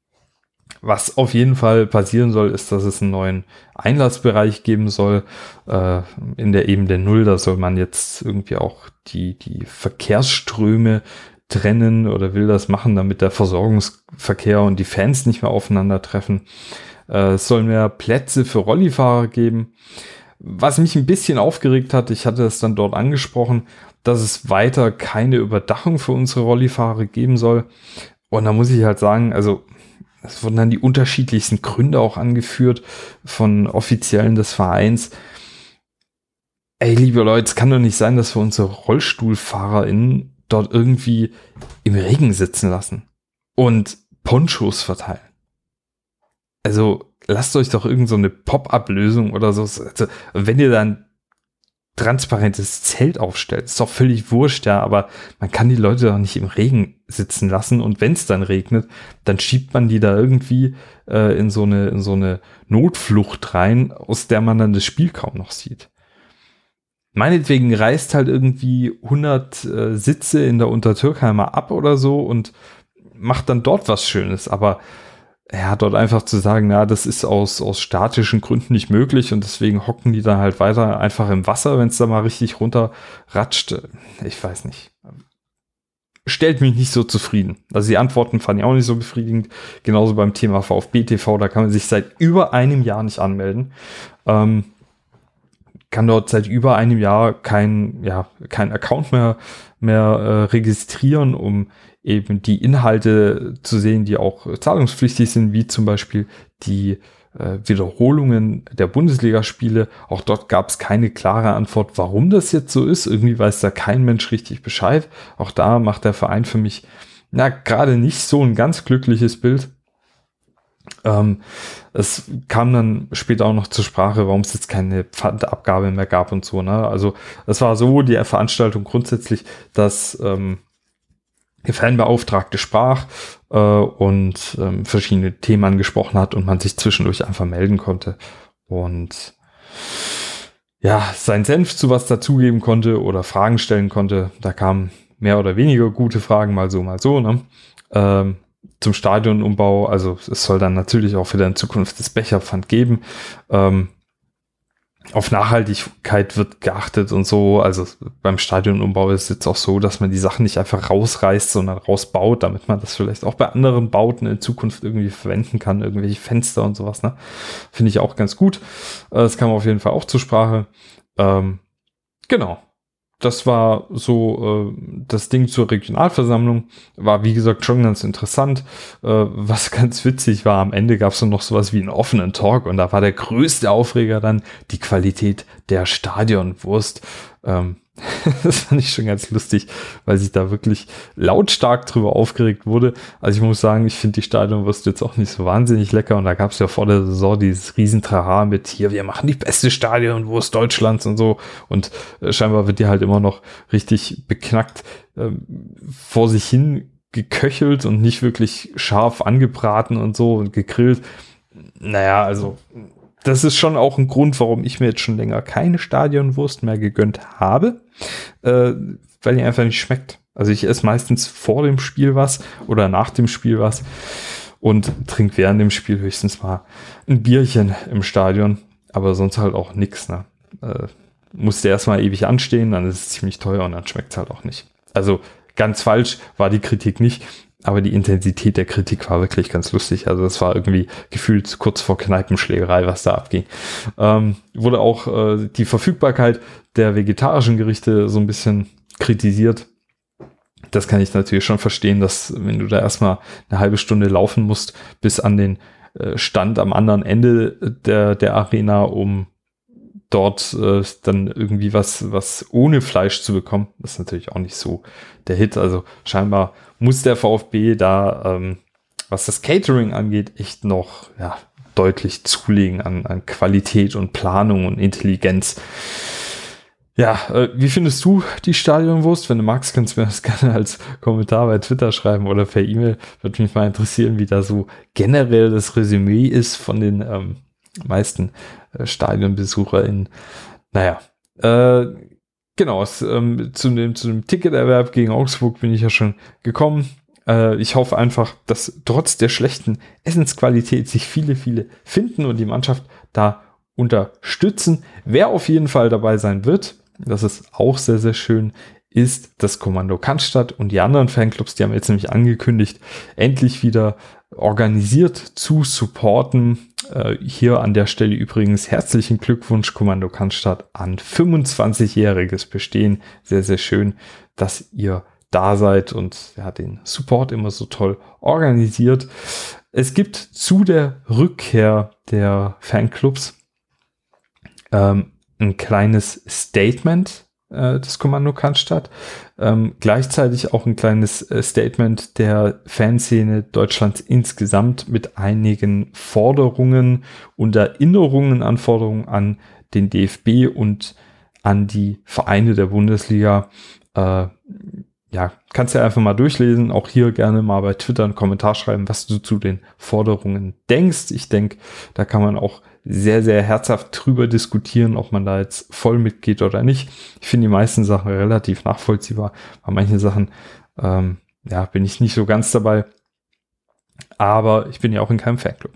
Was auf jeden Fall passieren soll, ist, dass es einen neuen Einlassbereich geben soll. Äh, in der Ebene Null, da soll man jetzt irgendwie auch die, die Verkehrsströme trennen oder will das machen, damit der Versorgungsverkehr und die Fans nicht mehr aufeinandertreffen. Äh, es soll mehr Plätze für Rollifahrer geben. Was mich ein bisschen aufgeregt hat, ich hatte es dann dort angesprochen, dass es weiter keine Überdachung für unsere Rollifahrer geben soll. Und da muss ich halt sagen, also es wurden dann die unterschiedlichsten Gründe auch angeführt von Offiziellen des Vereins. Ey, liebe Leute, es kann doch nicht sein, dass wir unsere RollstuhlfahrerInnen dort irgendwie im Regen sitzen lassen und Ponchos verteilen. Also lasst euch doch irgend so eine Pop-up-Lösung oder so. Also, wenn ihr dann transparentes Zelt aufstellt, ist doch völlig wurscht, ja, aber man kann die Leute doch nicht im Regen sitzen lassen und wenn es dann regnet, dann schiebt man die da irgendwie äh, in so eine in so eine Notflucht rein, aus der man dann das Spiel kaum noch sieht. Meinetwegen reißt halt irgendwie hundert äh, Sitze in der Untertürkheimer ab oder so und macht dann dort was Schönes, aber ja, dort einfach zu sagen, na, das ist aus, aus statischen Gründen nicht möglich und deswegen hocken die dann halt weiter einfach im Wasser, wenn es da mal richtig runterratscht. Ich weiß nicht. Stellt mich nicht so zufrieden. Also die Antworten fand ich auch nicht so befriedigend. Genauso beim Thema VfB T V, da kann man sich seit über einem Jahr nicht anmelden. Ähm, kann dort seit über einem Jahr kein, ja, kein Account mehr, mehr äh, registrieren, um eben die Inhalte zu sehen, die auch zahlungspflichtig sind, wie zum Beispiel die äh, Wiederholungen der Bundesligaspiele. Auch dort gab es keine klare Antwort, warum das jetzt so ist. Irgendwie weiß da kein Mensch richtig Bescheid. Auch da macht der Verein für mich, na, gerade nicht so ein ganz glückliches Bild. Ähm, es kam dann später auch noch zur Sprache, warum es jetzt keine Pfandabgabe mehr gab und so, ne? Also es war so, die Veranstaltung grundsätzlich, dass ähm, Fanbeauftragte sprach äh, und ähm, verschiedene Themen angesprochen hat und man sich zwischendurch einfach melden konnte und ja, seinen Senf zu was dazugeben konnte oder Fragen stellen konnte. Da kamen mehr oder weniger gute Fragen, mal so, mal so, ne? Ähm, zum Stadionumbau, also es soll dann natürlich auch wieder in Zukunft das Becherpfand geben. Ähm, Auf Nachhaltigkeit wird geachtet und so. Also beim Stadionumbau ist es jetzt auch so, dass man die Sachen nicht einfach rausreißt, sondern rausbaut, damit man das vielleicht auch bei anderen Bauten in Zukunft irgendwie verwenden kann, irgendwelche Fenster und sowas. Ne? Finde ich auch ganz gut. Das kam auf jeden Fall auch zur Sprache. Ähm, genau. Das war so äh, das Ding zur Regionalversammlung. War, wie gesagt, schon ganz interessant. Äh, was ganz witzig war, am Ende gab es dann noch sowas wie einen offenen Talk und da war der größte Aufreger dann die Qualität der Stadionwurst. Ähm, das fand ich schon ganz lustig, weil sich da wirklich lautstark drüber aufgeregt wurde. Also ich muss sagen, ich finde die Stadionwurst jetzt auch nicht so wahnsinnig lecker und da gab es ja vor der Saison dieses Riesentrara mit hier, wir machen die beste Stadionwurst Deutschlands und so und äh, scheinbar wird die halt immer noch richtig beknackt ähm, vor sich hin geköchelt und nicht wirklich scharf angebraten und so und gegrillt. Naja, also das ist schon auch ein Grund, warum ich mir jetzt schon länger keine Stadionwurst mehr gegönnt habe, äh, weil die einfach nicht schmeckt. Also ich esse meistens vor dem Spiel was oder nach dem Spiel was und trinke während dem Spiel höchstens mal ein Bierchen im Stadion, aber sonst halt auch nix. Ne? Äh, musste erstmal ewig anstehen, dann ist es ziemlich teuer und dann schmeckt es halt auch nicht. Also ganz falsch war die Kritik nicht. Aber die Intensität der Kritik war wirklich ganz lustig. Also das war irgendwie gefühlt kurz vor Kneipenschlägerei, was da abging. Ähm, wurde auch äh, die Verfügbarkeit der vegetarischen Gerichte so ein bisschen kritisiert. Das kann ich natürlich schon verstehen, dass wenn du da erstmal eine halbe Stunde laufen musst, bis an den äh, Stand am anderen Ende der, der Arena, um dort äh, dann irgendwie was, was ohne Fleisch zu bekommen, das ist natürlich auch nicht so der Hit. Also scheinbar muss der VfB da, ähm, was das Catering angeht, echt noch ja, deutlich zulegen an, an Qualität und Planung und Intelligenz. Ja, äh, wie findest du die Stadionwurst? Wenn du magst, kannst du mir das gerne als Kommentar bei Twitter schreiben oder per E-Mail. Würde mich mal interessieren, wie da so generell das Resümee ist von den ähm, meisten äh, StadionbesucherInnen. Naja, äh, genau, es, ähm, zu dem, zu dem Ticketerwerb gegen Augsburg bin ich ja schon gekommen. Äh, ich hoffe einfach, dass trotz der schlechten Essensqualität sich viele, viele finden und die Mannschaft da unterstützen. Wer auf jeden Fall dabei sein wird, das ist auch sehr, sehr schön, ist das Kommando Cannstatt und die anderen Fanclubs, die haben jetzt nämlich angekündigt, endlich wieder organisiert zu supporten. Äh, hier an der Stelle übrigens herzlichen Glückwunsch Kommando Cannstatt an fünfundzwanzigjähriges Bestehen. Sehr, sehr schön, dass ihr da seid und ja, den Support immer so toll organisiert. Es gibt zu der Rückkehr der Fanclubs ähm, ein kleines Statement äh, des Kommando Cannstatt, ähm, gleichzeitig auch ein kleines äh, Statement der Fanszene Deutschlands insgesamt mit einigen Forderungen und Erinnerungen an Forderungen an den D F B und an die Vereine der Bundesliga. Äh, ja, kannst ja einfach mal durchlesen, auch hier gerne mal bei Twitter einen Kommentar schreiben, was du zu den Forderungen denkst. Ich denke, da kann man auch sehr, sehr herzhaft drüber diskutieren, ob man da jetzt voll mitgeht oder nicht. Ich finde die meisten Sachen relativ nachvollziehbar. Bei manchen Sachen, ähm, ja, bin ich nicht so ganz dabei. Aber ich bin ja auch in keinem Fanclub.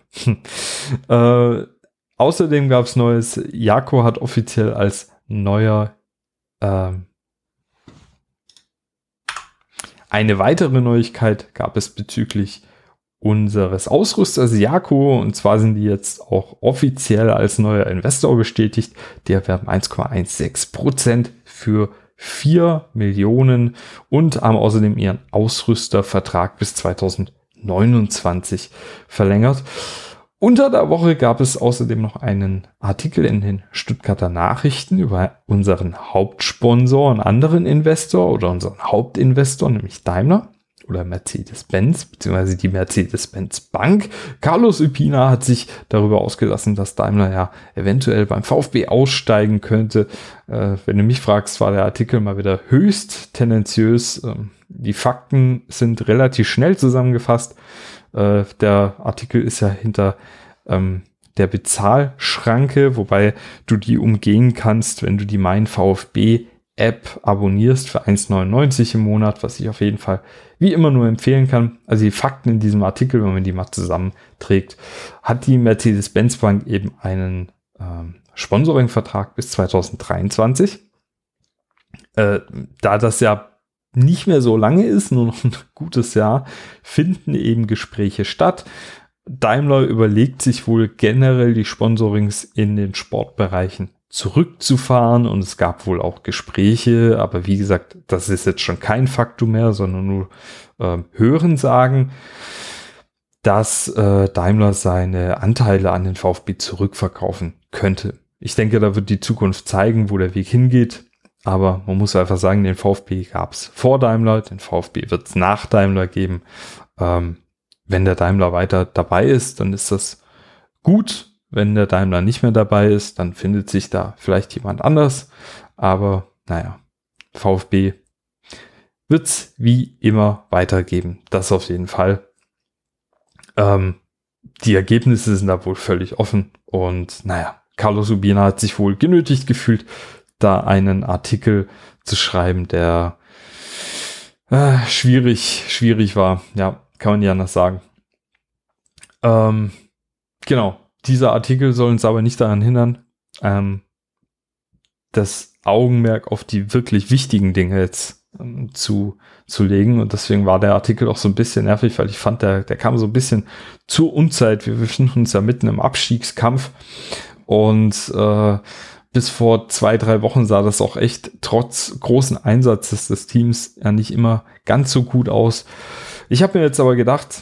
äh, außerdem gab es Neues. Jako hat offiziell als neuer ähm, eine weitere Neuigkeit gab es bezüglich unseres Ausrüsters Jako, und zwar sind die jetzt auch offiziell als neuer Investor bestätigt. Die erwerben eins Komma sechzehn Prozent für vier Millionen und haben außerdem ihren Ausrüstervertrag bis zweitausendneunundzwanzig verlängert. Unter der Woche gab es außerdem noch einen Artikel in den Stuttgarter Nachrichten über unseren Hauptsponsor und anderen Investor oder unseren Hauptinvestor, nämlich Daimler. oder Mercedes-Benz, beziehungsweise die Mercedes-Benz Bank. Carlos Ospina hat sich darüber ausgelassen, dass Daimler ja eventuell beim VfB aussteigen könnte. Äh, wenn du mich fragst, war der Artikel mal wieder höchst tendenziös. Ähm, die Fakten sind relativ schnell zusammengefasst. Äh, der Artikel ist ja hinter ähm, der Bezahlschranke, wobei du die umgehen kannst, wenn du die Mein VfB App abonnierst für eins neunundneunzig im Monat, was ich auf jeden Fall wie immer nur empfehlen kann. Also die Fakten in diesem Artikel, wenn man die mal zusammenträgt, hat die Mercedes-Benz Bank eben einen ähm, Sponsoring-Vertrag bis zweitausenddreiundzwanzig. Äh, da das ja nicht mehr so lange ist, nur noch ein gutes Jahr, finden eben Gespräche statt. Daimler überlegt sich wohl generell die Sponsorings in den Sportbereichen zurückzufahren und es gab wohl auch Gespräche, aber wie gesagt, das ist jetzt schon kein Faktum mehr, sondern nur äh, Hörensagen, dass äh, Daimler seine Anteile an den VfB zurückverkaufen könnte. Ich denke, da wird die Zukunft zeigen, wo der Weg hingeht, aber man muss einfach sagen, den VfB gab es vor Daimler, den VfB wird es nach Daimler geben. Ähm, wenn der Daimler weiter dabei ist, dann ist das gut. Wenn der Daimler nicht mehr dabei ist, dann findet sich da vielleicht jemand anders. Aber naja, VfB wird es wie immer weitergeben. Das auf jeden Fall. Ähm, die Ergebnisse sind da wohl völlig offen. Und naja, Carlos Ospina hat sich wohl genötigt gefühlt, da einen Artikel zu schreiben, der äh, schwierig, schwierig war. Ja, kann man nicht anders sagen. Ähm, genau. Dieser Artikel soll uns aber nicht daran hindern, ähm, das Augenmerk auf die wirklich wichtigen Dinge jetzt ähm, zu, zu legen. Und deswegen war der Artikel auch so ein bisschen nervig, weil ich fand, der, der kam so ein bisschen zur Unzeit. Wir befinden uns ja mitten im Abstiegskampf und äh, bis vor zwei, drei Wochen sah das auch echt trotz großen Einsatzes des Teams ja nicht immer ganz so gut aus. Ich habe mir jetzt aber gedacht,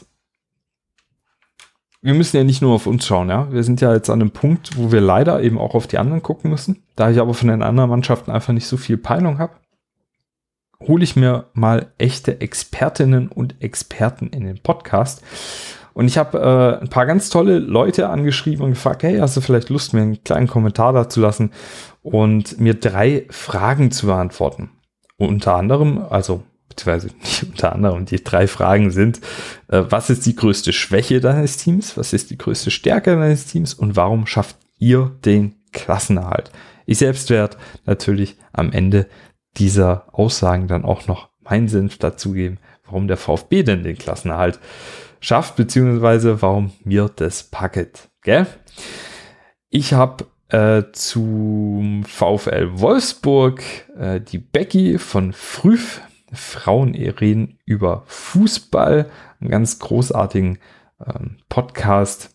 wir müssen ja nicht nur auf uns schauen, ja. Wir sind ja jetzt an einem Punkt, wo wir leider eben auch auf die anderen gucken müssen. Da ich aber von den anderen Mannschaften einfach nicht so viel Peilung habe, hole ich mir mal echte Expertinnen und Experten in den Podcast. Und ich habe äh, ein paar ganz tolle Leute angeschrieben und gefragt, hey, hast du vielleicht Lust, mir einen kleinen Kommentar dazu lassen und mir drei Fragen zu beantworten. Und unter anderem, also beziehungsweise nicht unter anderem, die drei Fragen sind, äh, was ist die größte Schwäche deines Teams, was ist die größte Stärke deines Teams und warum schafft ihr den Klassenerhalt? Ich selbst werde natürlich am Ende dieser Aussagen dann auch noch meinen Senf dazugeben, warum der VfB denn den Klassenerhalt schafft, beziehungsweise warum mir das packet. Gell? Ich habe äh, zum VfL Wolfsburg äh, die Becky von Früff, Frauen reden über Fußball, einen ganz großartigen ähm, Podcast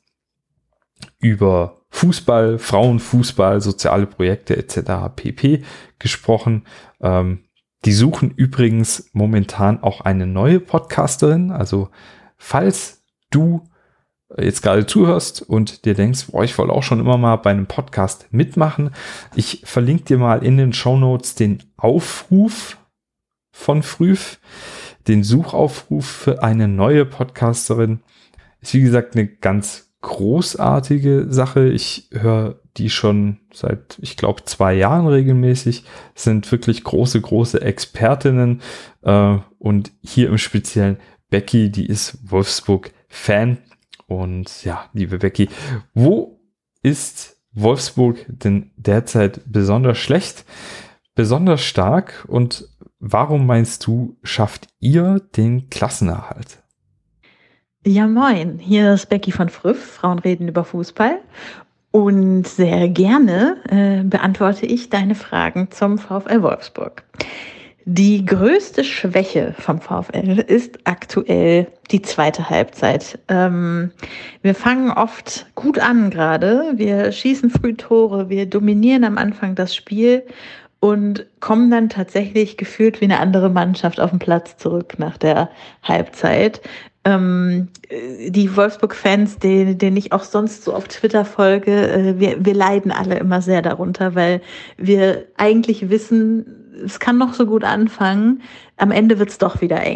über Fußball, Frauenfußball, soziale Projekte et cetera pp. Gesprochen. Ähm, die suchen übrigens momentan auch eine neue Podcasterin. Also falls du jetzt gerade zuhörst und dir denkst, boah, ich wollte auch schon immer mal bei einem Podcast mitmachen, ich verlinke dir mal in den Shownotes den Aufruf von Früff, den Suchaufruf für eine neue Podcasterin. Ist wie gesagt eine ganz großartige Sache. Ich höre die schon seit, ich glaube, zwei Jahren regelmäßig. Es sind wirklich große, große Expertinnen. Äh, und hier im Speziellen Becky, die ist Wolfsburg-Fan. Und ja, liebe Becky, wo ist Wolfsburg denn derzeit besonders schlecht, besonders stark und warum meinst du, schafft ihr den Klassenerhalt? Ja, moin. Hier ist Becky von Früff. Frauen reden über Fußball. Und sehr gerne äh, beantworte ich deine Fragen zum VfL Wolfsburg. Die größte Schwäche vom VfL ist aktuell die zweite Halbzeit. Ähm, wir fangen oft gut an gerade. Wir schießen früh Tore, wir dominieren am Anfang das Spiel und kommen dann tatsächlich gefühlt wie eine andere Mannschaft auf den Platz zurück nach der Halbzeit. Ähm, die Wolfsburg-Fans, denen, denen ich auch sonst so auf Twitter folge, äh, wir, wir leiden alle immer sehr darunter, weil wir eigentlich wissen, es kann noch so gut anfangen, am Ende wird's doch wieder eng.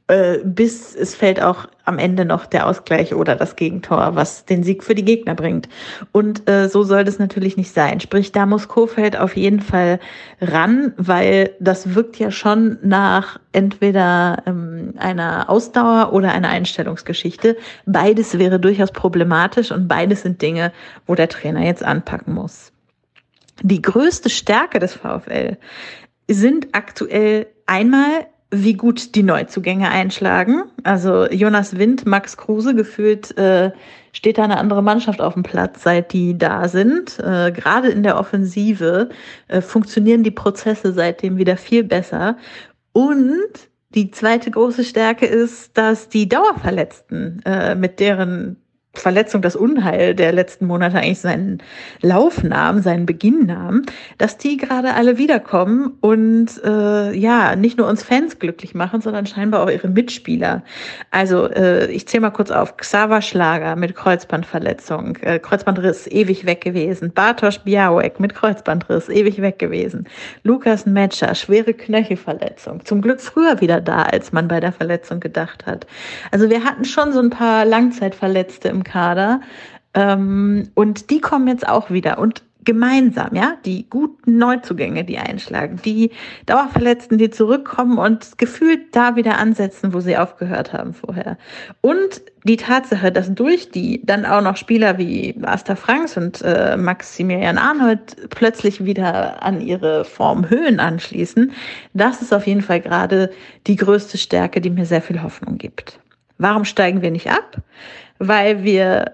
äh, bis es fällt auch am Ende noch der Ausgleich oder das Gegentor, was den Sieg für die Gegner bringt. Und äh, so soll das natürlich nicht sein. Sprich, da muss Kohfeldt auf jeden Fall ran, weil das wirkt ja schon nach entweder ähm, einer Ausdauer oder einer Einstellungsgeschichte. Beides wäre durchaus problematisch und beides sind Dinge, wo der Trainer jetzt anpacken muss. Die größte Stärke des VfL sind aktuell einmal, wie gut die Neuzugänge einschlagen. Also Jonas Wind, Max Kruse, gefühlt äh, steht da eine andere Mannschaft auf dem Platz, seit die da sind. Äh, gerade in der Offensive äh, funktionieren die Prozesse seitdem wieder viel besser. Und die zweite große Stärke ist, dass die Dauerverletzten, äh, mit deren Verletzung, das Unheil der letzten Monate eigentlich seinen Lauf nahm, seinen Beginn nahm, dass die gerade alle wiederkommen und äh, ja, nicht nur uns Fans glücklich machen, sondern scheinbar auch ihre Mitspieler. Also äh, ich zähle mal kurz auf. Xaver Schlager mit Kreuzbandverletzung, äh, Kreuzbandriss, ewig weg gewesen. Bartosz Białek mit Kreuzbandriss, ewig weg gewesen. Lukas Metscher, schwere Knöchelverletzung. Zum Glück früher wieder da, als man bei der Verletzung gedacht hat. Also wir hatten schon so ein paar Langzeitverletzte im Kader, ähm, und die kommen jetzt auch wieder und gemeinsam, ja, die guten Neuzugänge, die einschlagen, die Dauerverletzten, die zurückkommen und gefühlt da wieder ansetzen, wo sie aufgehört haben vorher. Und die Tatsache, dass durch die dann auch noch Spieler wie Asta Franks und äh, Maximilian Arnold plötzlich wieder an ihre Formhöhen anschließen, das ist auf jeden Fall gerade die größte Stärke, die mir sehr viel Hoffnung gibt. Warum steigen wir nicht ab? Weil wir,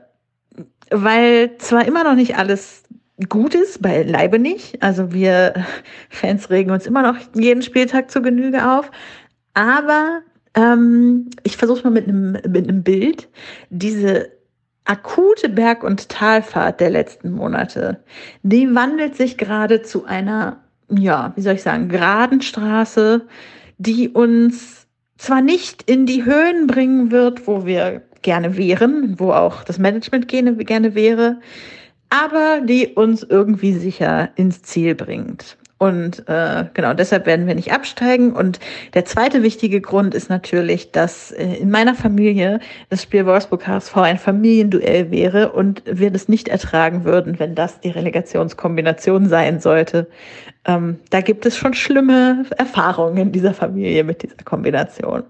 weil zwar immer noch nicht alles gut ist, beileibe nicht. Also wir Fans regen uns immer noch jeden Spieltag zur Genüge auf. Aber ähm, ich versuche es mal mit einem mit einem Bild. Diese akute Berg- und Talfahrt der letzten Monate, die wandelt sich gerade zu einer, ja, wie soll ich sagen, geraden Straße, die uns zwar nicht in die Höhen bringen wird, wo wir gerne wären, wo auch das Management gerne, gerne wäre, aber die uns irgendwie sicher ins Ziel bringt. Und äh, genau, deshalb werden wir nicht absteigen. Und der zweite wichtige Grund ist natürlich, dass äh, in meiner Familie das Spiel Wolfsburg-H S V ein Familienduell wäre und wir das nicht ertragen würden, wenn das die Relegationskombination sein sollte. Ähm, da gibt es schon schlimme Erfahrungen in dieser Familie mit dieser Kombination.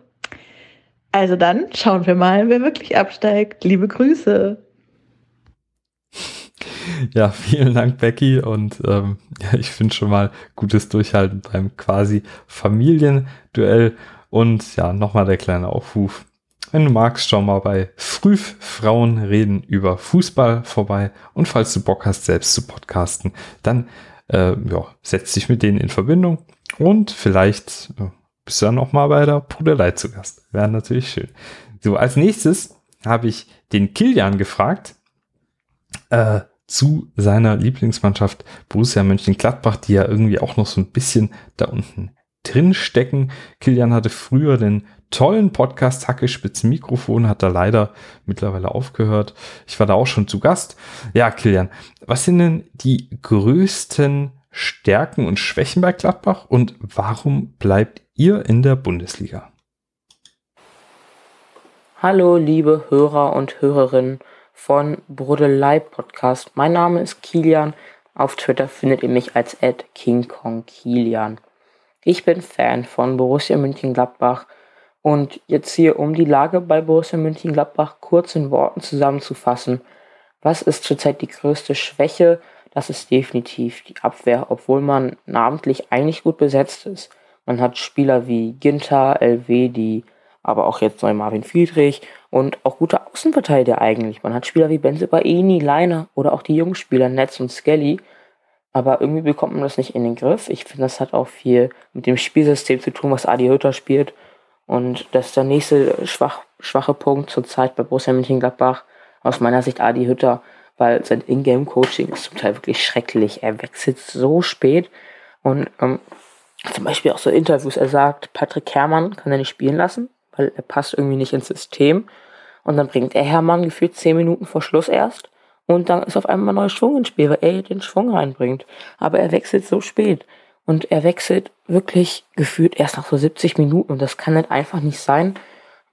Also dann schauen wir mal, wer wirklich absteigt. Liebe Grüße. Ja, vielen Dank, Becky. Und ähm, ja, ich finde schon mal gutes Durchhalten beim quasi Familienduell. Und ja, nochmal der kleine Aufruf. Wenn du magst, schau mal bei Früh Frauen reden über Fußball vorbei. Und falls du Bock hast, selbst zu podcasten, dann äh, ja, setz dich mit denen in Verbindung. Und vielleicht äh, bist du dann auch mal bei der Bruderlei zu Gast. Wäre natürlich schön. So, als nächstes habe ich den Kilian gefragt, äh, zu seiner Lieblingsmannschaft Borussia Mönchengladbach, die ja irgendwie auch noch so ein bisschen da unten drin stecken. Kilian hatte früher den tollen Podcast Hacke Spitz Mikrofon, hat da leider mittlerweile aufgehört. Ich war da auch schon zu Gast. Ja, Kilian, was sind denn die größten Stärken und Schwächen bei Gladbach und warum bleibt ihr in der Bundesliga? Hallo, liebe Hörer und Hörerinnen von Brodelei Podcast. Mein Name ist Kilian. Auf Twitter findet ihr mich als at KingKongKilian. Ich bin Fan von Borussia Mönchengladbach und jetzt hier, um die Lage bei Borussia Mönchengladbach kurz in Worten zusammenzufassen. Was ist zurzeit die größte Schwäche? Das ist definitiv die Abwehr, obwohl man namentlich eigentlich gut besetzt ist. Man hat Spieler wie Ginter, Elvedi, aber auch jetzt neu Marvin Friedrich und auch gute Außenverteidiger eigentlich. Man hat Spieler wie Bensebaini, Leiner oder auch die jungen Spieler Netz und Skelly. Aber irgendwie bekommt man das nicht in den Griff. Ich finde, das hat auch viel mit dem Spielsystem zu tun, was Adi Hütter spielt. Und das ist der nächste schwach, schwache Punkt zurzeit bei Borussia Mönchengladbach. Aus meiner Sicht Adi Hütter, weil sein Ingame-Coaching ist zum Teil wirklich schrecklich. Er wechselt so spät. Und ähm, zum Beispiel auch so Interviews, er sagt, Patrick Herrmann kann er nicht spielen lassen, weil er passt irgendwie nicht ins System. Und dann bringt er Herrmann gefühlt zehn Minuten vor Schluss erst. Und dann ist auf einmal neuer Schwung ins Spiel, weil er den Schwung reinbringt. Aber er wechselt so spät. Und er wechselt wirklich gefühlt erst nach so siebzig Minuten. Und das kann halt einfach nicht sein.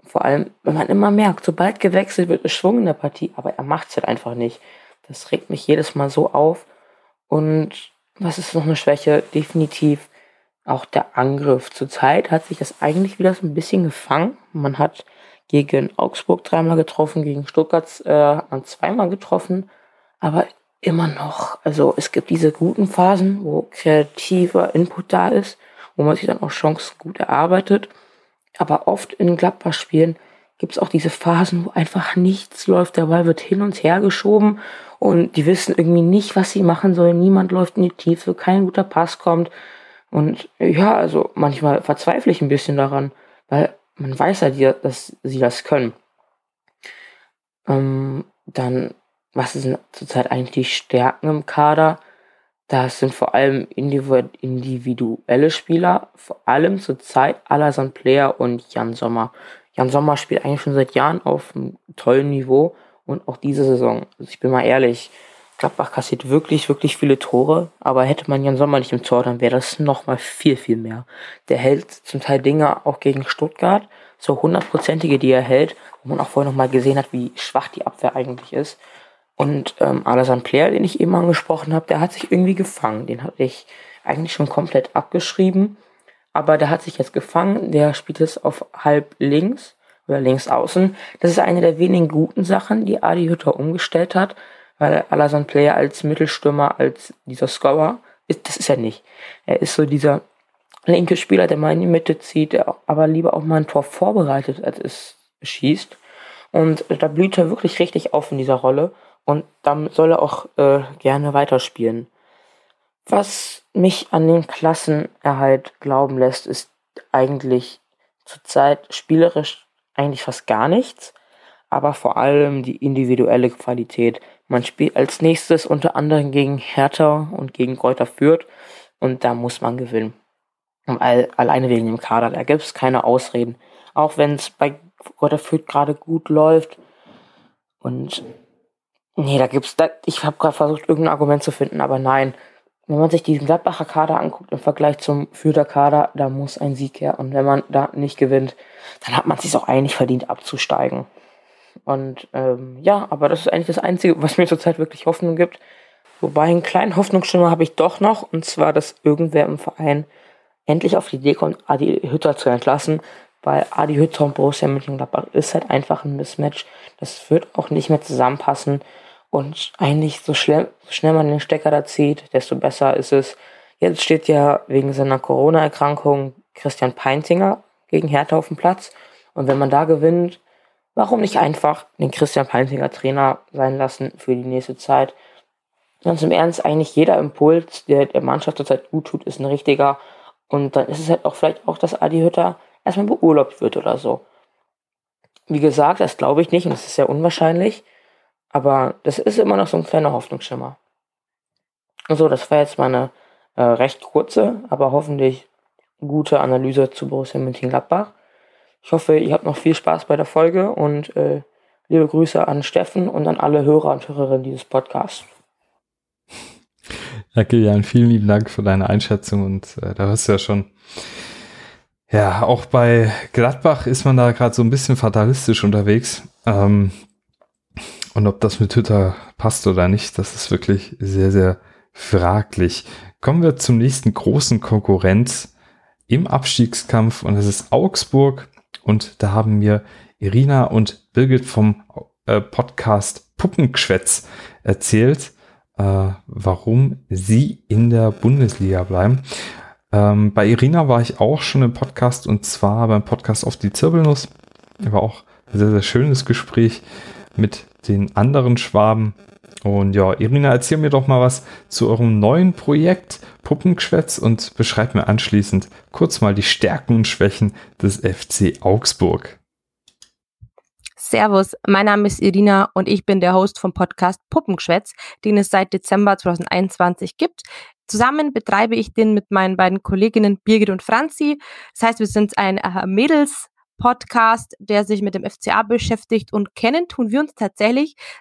Vor allem, wenn man immer merkt, sobald gewechselt wird, ist Schwung in der Partie, aber er macht es halt einfach nicht. Das regt mich jedes Mal so auf. Und was ist noch eine Schwäche? Definitiv auch der Angriff. Zurzeit hat sich das eigentlich wieder so ein bisschen gefangen. Man hat gegen Augsburg dreimal getroffen, gegen Stuttgart äh, zweimal getroffen, aber immer noch, also es gibt diese guten Phasen, wo kreativer Input da ist, wo man sich dann auch Chancen gut erarbeitet, aber oft in Gladbach-Spielen gibt es auch diese Phasen, wo einfach nichts läuft, der Ball wird hin und her geschoben und die wissen irgendwie nicht, was sie machen sollen, niemand läuft in die Tiefe, kein guter Pass kommt und ja, also manchmal verzweifle ich ein bisschen daran, weil man weiß ja, dass sie das können. Ähm, dann, was sind zurzeit eigentlich die Stärken im Kader? Das sind vor allem individuelle Spieler, vor allem zurzeit Alassane Player und Jan Sommer. Jan Sommer spielt eigentlich schon seit Jahren auf einem tollen Niveau und auch diese Saison. Also ich bin mal ehrlich, Gladbach kassiert wirklich, wirklich viele Tore, aber hätte man Jan Sommer nicht im Tor, dann wäre das nochmal viel, viel mehr. Der hält zum Teil Dinge auch gegen Stuttgart, so hundertprozentige, die er hält, wo man auch vorher nochmal gesehen hat, wie schwach die Abwehr eigentlich ist. Und ähm, Alassane Player, den ich eben angesprochen habe, der hat sich irgendwie gefangen. Den hatte ich eigentlich schon komplett abgeschrieben, aber der hat sich jetzt gefangen. Der spielt jetzt auf halb links oder links außen. Das ist eine der wenigen guten Sachen, die Adi Hütter umgestellt hat, weil Alassane Player als Mittelstürmer, als dieser Scorer, ist, das ist er nicht. Er ist so dieser linke Spieler, der mal in die Mitte zieht, der aber lieber auch mal ein Tor vorbereitet, als es schießt. Und da blüht er wirklich richtig auf in dieser Rolle. Und damit soll er auch äh, gerne weiterspielen. Was mich an den Klassenerhalt glauben lässt, ist eigentlich zurzeit spielerisch eigentlich fast gar nichts, aber vor allem die individuelle Qualität. Man spielt als nächstes unter anderem gegen Hertha und gegen Greuther Fürth und da muss man gewinnen. All, alleine wegen dem Kader, da gibt es keine Ausreden. Auch wenn es bei Greuther Fürth gerade gut läuft und nee, da gibt's, da, ich habe gerade versucht, irgendein Argument zu finden, aber nein. Wenn man sich diesen Gladbacher Kader anguckt im Vergleich zum Fürther Kader, da muss ein Sieg her. Und wenn man da nicht gewinnt, dann hat man es sich auch eigentlich verdient, abzusteigen. Und ähm, ja, aber das ist eigentlich das Einzige, was mir zurzeit wirklich Hoffnung gibt. Wobei einen kleinen Hoffnungsschimmer habe ich doch noch, und zwar, dass irgendwer im Verein endlich auf die Idee kommt, Adi Hütter zu entlassen, weil Adi Hütter und Borussia Mönchengladbach ist halt einfach ein Mismatch. Das wird auch nicht mehr zusammenpassen. Und eigentlich, so schnell, so schnell man den Stecker da zieht, desto besser ist es. Jetzt steht ja wegen seiner Corona-Erkrankung Christian Peinzinger gegen Hertha auf dem Platz. Und wenn man da gewinnt, warum nicht einfach den Christian Peinzinger Trainer sein lassen für die nächste Zeit? Ganz im Ernst, eigentlich jeder Impuls, der der Mannschaft zurzeit gut tut, ist ein richtiger. Und dann ist es halt auch vielleicht auch, dass Adi Hütter erstmal beurlaubt wird oder so. Wie gesagt, das glaube ich nicht und das ist sehr unwahrscheinlich. Aber das ist immer noch so ein kleiner Hoffnungsschimmer. Also, das war jetzt mal eine äh, recht kurze, aber hoffentlich gute Analyse zu Borussia Mönchengladbach. Ich hoffe, ihr habt noch viel Spaß bei der Folge und äh, liebe Grüße an Steffen und an alle Hörer und Hörerinnen dieses Podcasts. Ja, Kilian, vielen lieben Dank für deine Einschätzung und äh, da hast du ja schon, ja, auch bei Gladbach ist man da gerade so ein bisschen fatalistisch unterwegs. Ähm, Und ob das mit Hütter passt oder nicht, das ist wirklich sehr, sehr fraglich. Kommen wir zum nächsten großen Konkurrent im Abstiegskampf und das ist Augsburg. Und da haben mir Irina und Birgit vom äh, Podcast Puppengeschwätz erzählt, äh, warum sie in der Bundesliga bleiben. Ähm, bei Irina war ich auch schon im Podcast und zwar beim Podcast auf die Zirbelnuss. War auch ein sehr, sehr schönes Gespräch mit den anderen Schwaben. Und ja, Irina, erzähl mir doch mal was zu eurem neuen Projekt Puppengeschwätz und beschreib mir anschließend kurz mal die Stärken und Schwächen des F C Augsburg. Servus, mein Name ist Irina und ich bin der Host vom Podcast Puppengeschwätz, den es seit Dezember zwanzig einundzwanzig gibt. Zusammen betreibe ich den mit meinen beiden Kolleginnen Birgit und Franzi. Das heißt, wir sind ein äh, Mädels- Podcast, der sich mit dem F C A beschäftigt und kennen tun wir uns tatsächlich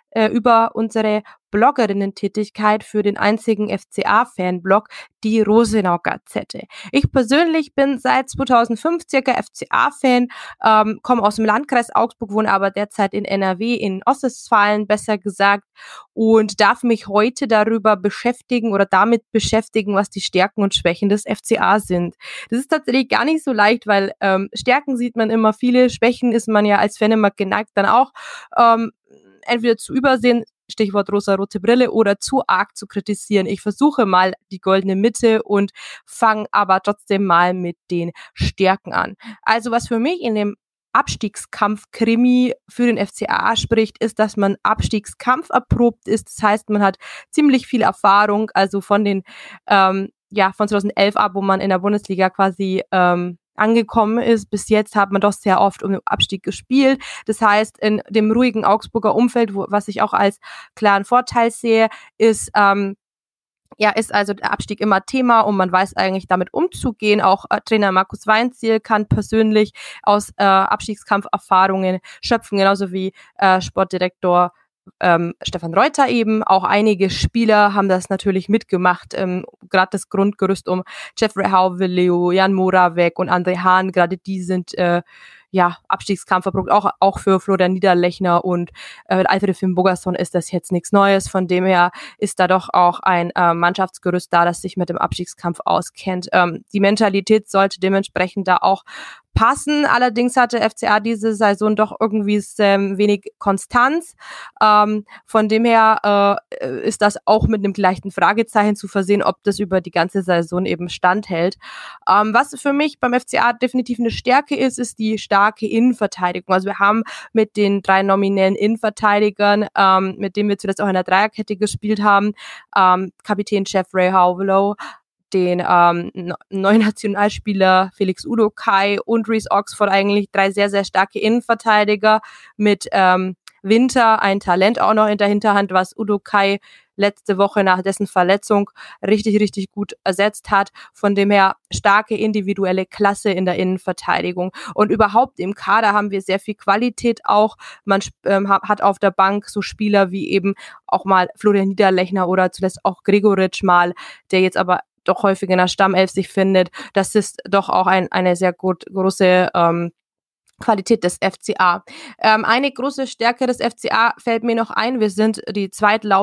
äh, über unsere Bloggerinnen-Tätigkeit für den einzigen F C A-Fanblog, die Rosenau-Gazette. Ich persönlich bin seit zweitausendfünf circa F C A-Fan, ähm, komme aus dem Landkreis Augsburg, wohne aber derzeit in N R W, in Ostwestfalen besser gesagt, und darf mich heute darüber beschäftigen oder damit beschäftigen, was die Stärken und Schwächen des F C A sind. Das ist tatsächlich gar nicht so leicht, weil ähm, Stärken sieht man immer viele, Schwächen ist man ja als Fan immer geneigt, dann auch ähm, entweder zu übersehen, Stichwort rosa-rote Brille, oder zu arg zu kritisieren. Ich versuche mal die goldene Mitte und fange aber trotzdem mal mit den Stärken an. Also was für mich in dem Abstiegskampf-Krimi für den F C A spricht, ist, dass man Abstiegskampf erprobt ist. Das heißt, man hat ziemlich viel Erfahrung, also von den, ähm, ja, von zweitausendelf ab, wo man in der Bundesliga quasi ähm, angekommen ist. Bis jetzt hat man doch sehr oft um den Abstieg gespielt. Das heißt, in dem ruhigen Augsburger Umfeld, wo, was ich auch als klaren Vorteil sehe, ist, ähm, ja, ist also der Abstieg immer Thema und man weiß eigentlich damit umzugehen. Auch äh, Trainer Markus Weinzierl kann persönlich aus äh, Abstiegskampferfahrungen schöpfen, genauso wie äh, Sportdirektor Ähm, Stefan Reuter eben. Auch einige Spieler haben das natürlich mitgemacht. Ähm, gerade das Grundgerüst um Jeffrey Hauveleo, Jan Moravec und André Hahn, gerade die sind äh, ja Abstiegskampf erprobt. Auch, auch für Florian Niederlechner und äh, Alfred Finn Bogerson ist das jetzt nichts Neues. Von dem her ist da doch auch ein äh, Mannschaftsgerüst da, das sich mit dem Abstiegskampf auskennt. Ähm, die Mentalität sollte dementsprechend da auch passen. Allerdings hatte F C A diese Saison doch irgendwie ähm, wenig Konstanz. Ähm, von dem her äh, ist das auch mit einem leichten Fragezeichen zu versehen, ob das über die ganze Saison eben standhält. Ähm, was für mich beim F C A definitiv eine Stärke ist, ist die starke Innenverteidigung. Also wir haben mit den drei nominellen Innenverteidigern, ähm, mit denen wir zuletzt auch in der Dreierkette gespielt haben, ähm, Kapitän Jeffrey Hauveleo, den ähm, neuen Nationalspieler Felix Udokai und Reece Oxford, eigentlich drei sehr, sehr starke Innenverteidiger mit ähm, Winter, ein Talent auch noch in der Hinterhand, was Udokai letzte Woche nach dessen Verletzung richtig, richtig gut ersetzt hat. Von dem her starke individuelle Klasse in der Innenverteidigung. Und überhaupt im Kader haben wir sehr viel Qualität auch. Man ähm, hat auf der Bank so Spieler wie eben auch mal Florian Niederlechner oder zuletzt auch Gregoritsch mal, der jetzt aber doch häufig in der Stammelf sich findet. Das ist doch auch ein, eine sehr gut, große ähm, Qualität des F C A. Ähm, eine große Stärke des F C A fällt mir noch ein. Wir sind die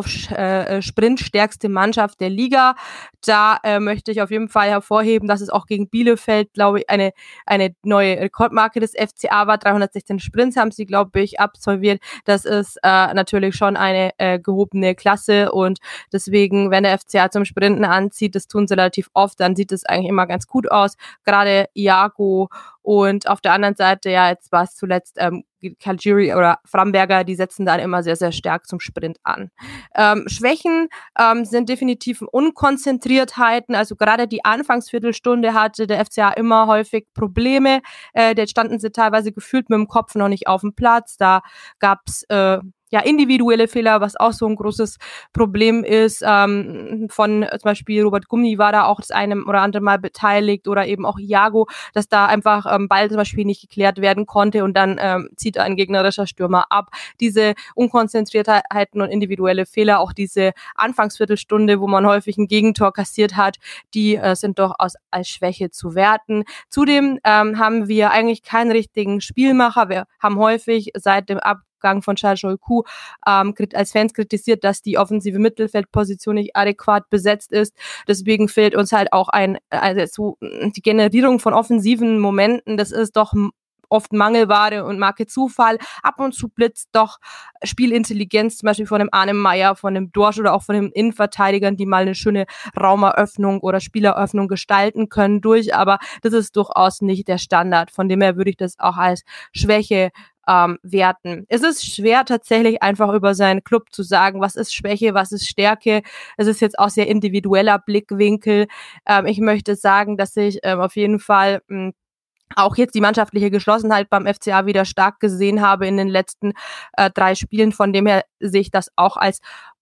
Zweitlauf-Sprint-stärkste Mannschaft der Liga. Da äh, möchte ich auf jeden Fall hervorheben, dass es auch gegen Bielefeld, glaube ich, eine, eine neue Rekordmarke des F C A war. dreihundertsechzehn Sprints haben sie, glaube ich, absolviert. Das ist äh, natürlich schon eine äh, gehobene Klasse und deswegen, wenn der F C A zum Sprinten anzieht, das tun sie relativ oft, dann sieht es eigentlich immer ganz gut aus. Gerade Iago und auf der anderen Seite, ja, jetzt war es zuletzt ähm, Caligiuri oder Framberger, die setzen dann immer sehr, sehr stark zum Sprint an. Ähm, Schwächen ähm, sind definitiv Unkonzentriertheiten, also gerade die Anfangsviertelstunde hatte der F C A immer häufig Probleme, äh, da standen sie teilweise gefühlt mit dem Kopf noch nicht auf dem Platz, da gab's äh, ja, individuelle Fehler, was auch so ein großes Problem ist. Ähm, von zum Beispiel Robert Gummi war da auch das eine oder andere Mal beteiligt oder eben auch Iago, dass da einfach ähm, Ball zum Beispiel nicht geklärt werden konnte und dann ähm, zieht ein gegnerischer Stürmer ab. Diese Unkonzentriertheiten und individuelle Fehler, auch diese Anfangsviertelstunde, wo man häufig ein Gegentor kassiert hat, die äh, sind durchaus als Schwäche zu werten. Zudem ähm, haben wir eigentlich keinen richtigen Spielmacher. Wir haben häufig seit dem Ab Gang von Charles Jolcou ähm, als Fans kritisiert, dass die offensive Mittelfeldposition nicht adäquat besetzt ist. Deswegen fehlt uns halt auch ein, also die Generierung von offensiven Momenten. Das ist doch oft Mangelware und Marke Zufall. Ab und zu blitzt doch Spielintelligenz, zum Beispiel von dem Arne Meyer, von dem Dorsch oder auch von den Innenverteidigern, die mal eine schöne Raumeröffnung oder Spieleröffnung gestalten können, durch. Aber das ist durchaus nicht der Standard. Von dem her würde ich das auch als Schwäche Ähm, werten. Es ist schwer tatsächlich einfach über seinen Club zu sagen, was ist Schwäche, was ist Stärke. Es ist jetzt auch sehr individueller Blickwinkel. Ähm, ich möchte sagen, dass ich ähm, auf jeden Fall mh, auch jetzt die mannschaftliche Geschlossenheit beim F C A wieder stark gesehen habe in den letzten äh, drei Spielen. Von dem her sehe ich das auch als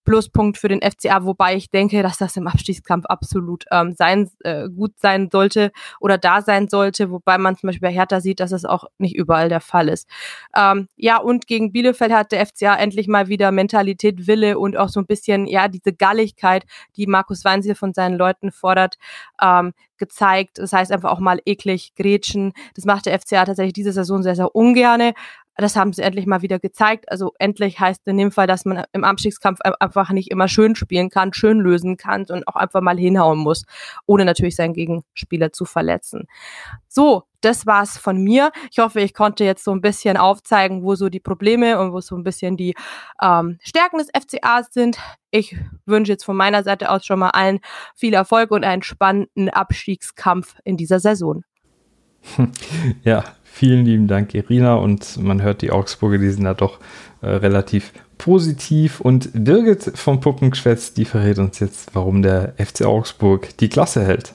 Pluspunkt für den F C A, wobei ich denke, dass das im Abstiegskampf absolut ähm, sein, äh, gut sein sollte oder da sein sollte, wobei man zum Beispiel bei Hertha sieht, dass es auch nicht überall der Fall ist. Ähm, ja, und gegen Bielefeld hat der F C A endlich mal wieder Mentalität, Wille und auch so ein bisschen, ja, diese Galligkeit, die Markus Weinziel von seinen Leuten fordert, ähm, gezeigt. Das heißt einfach auch mal eklig grätschen. Das macht der F C A tatsächlich diese Saison sehr, sehr ungerne. Das haben sie endlich mal wieder gezeigt. Also endlich heißt in dem Fall, dass man im Abstiegskampf einfach nicht immer schön spielen kann, schön lösen kann und auch einfach mal hinhauen muss, ohne natürlich seinen Gegenspieler zu verletzen. So, das war's von mir. Ich hoffe, ich konnte jetzt so ein bisschen aufzeigen, wo so die Probleme und wo so ein bisschen die ähm, Stärken des F C As sind. Ich wünsche jetzt von meiner Seite aus schon mal allen viel Erfolg und einen spannenden Abstiegskampf in dieser Saison. Ja, vielen lieben Dank, Irina. Und man hört, die Augsburger, die sind da doch äh, relativ positiv. Und Birgit vom Puppengeschwätz, die verrät uns jetzt, warum der F C Augsburg die Klasse hält.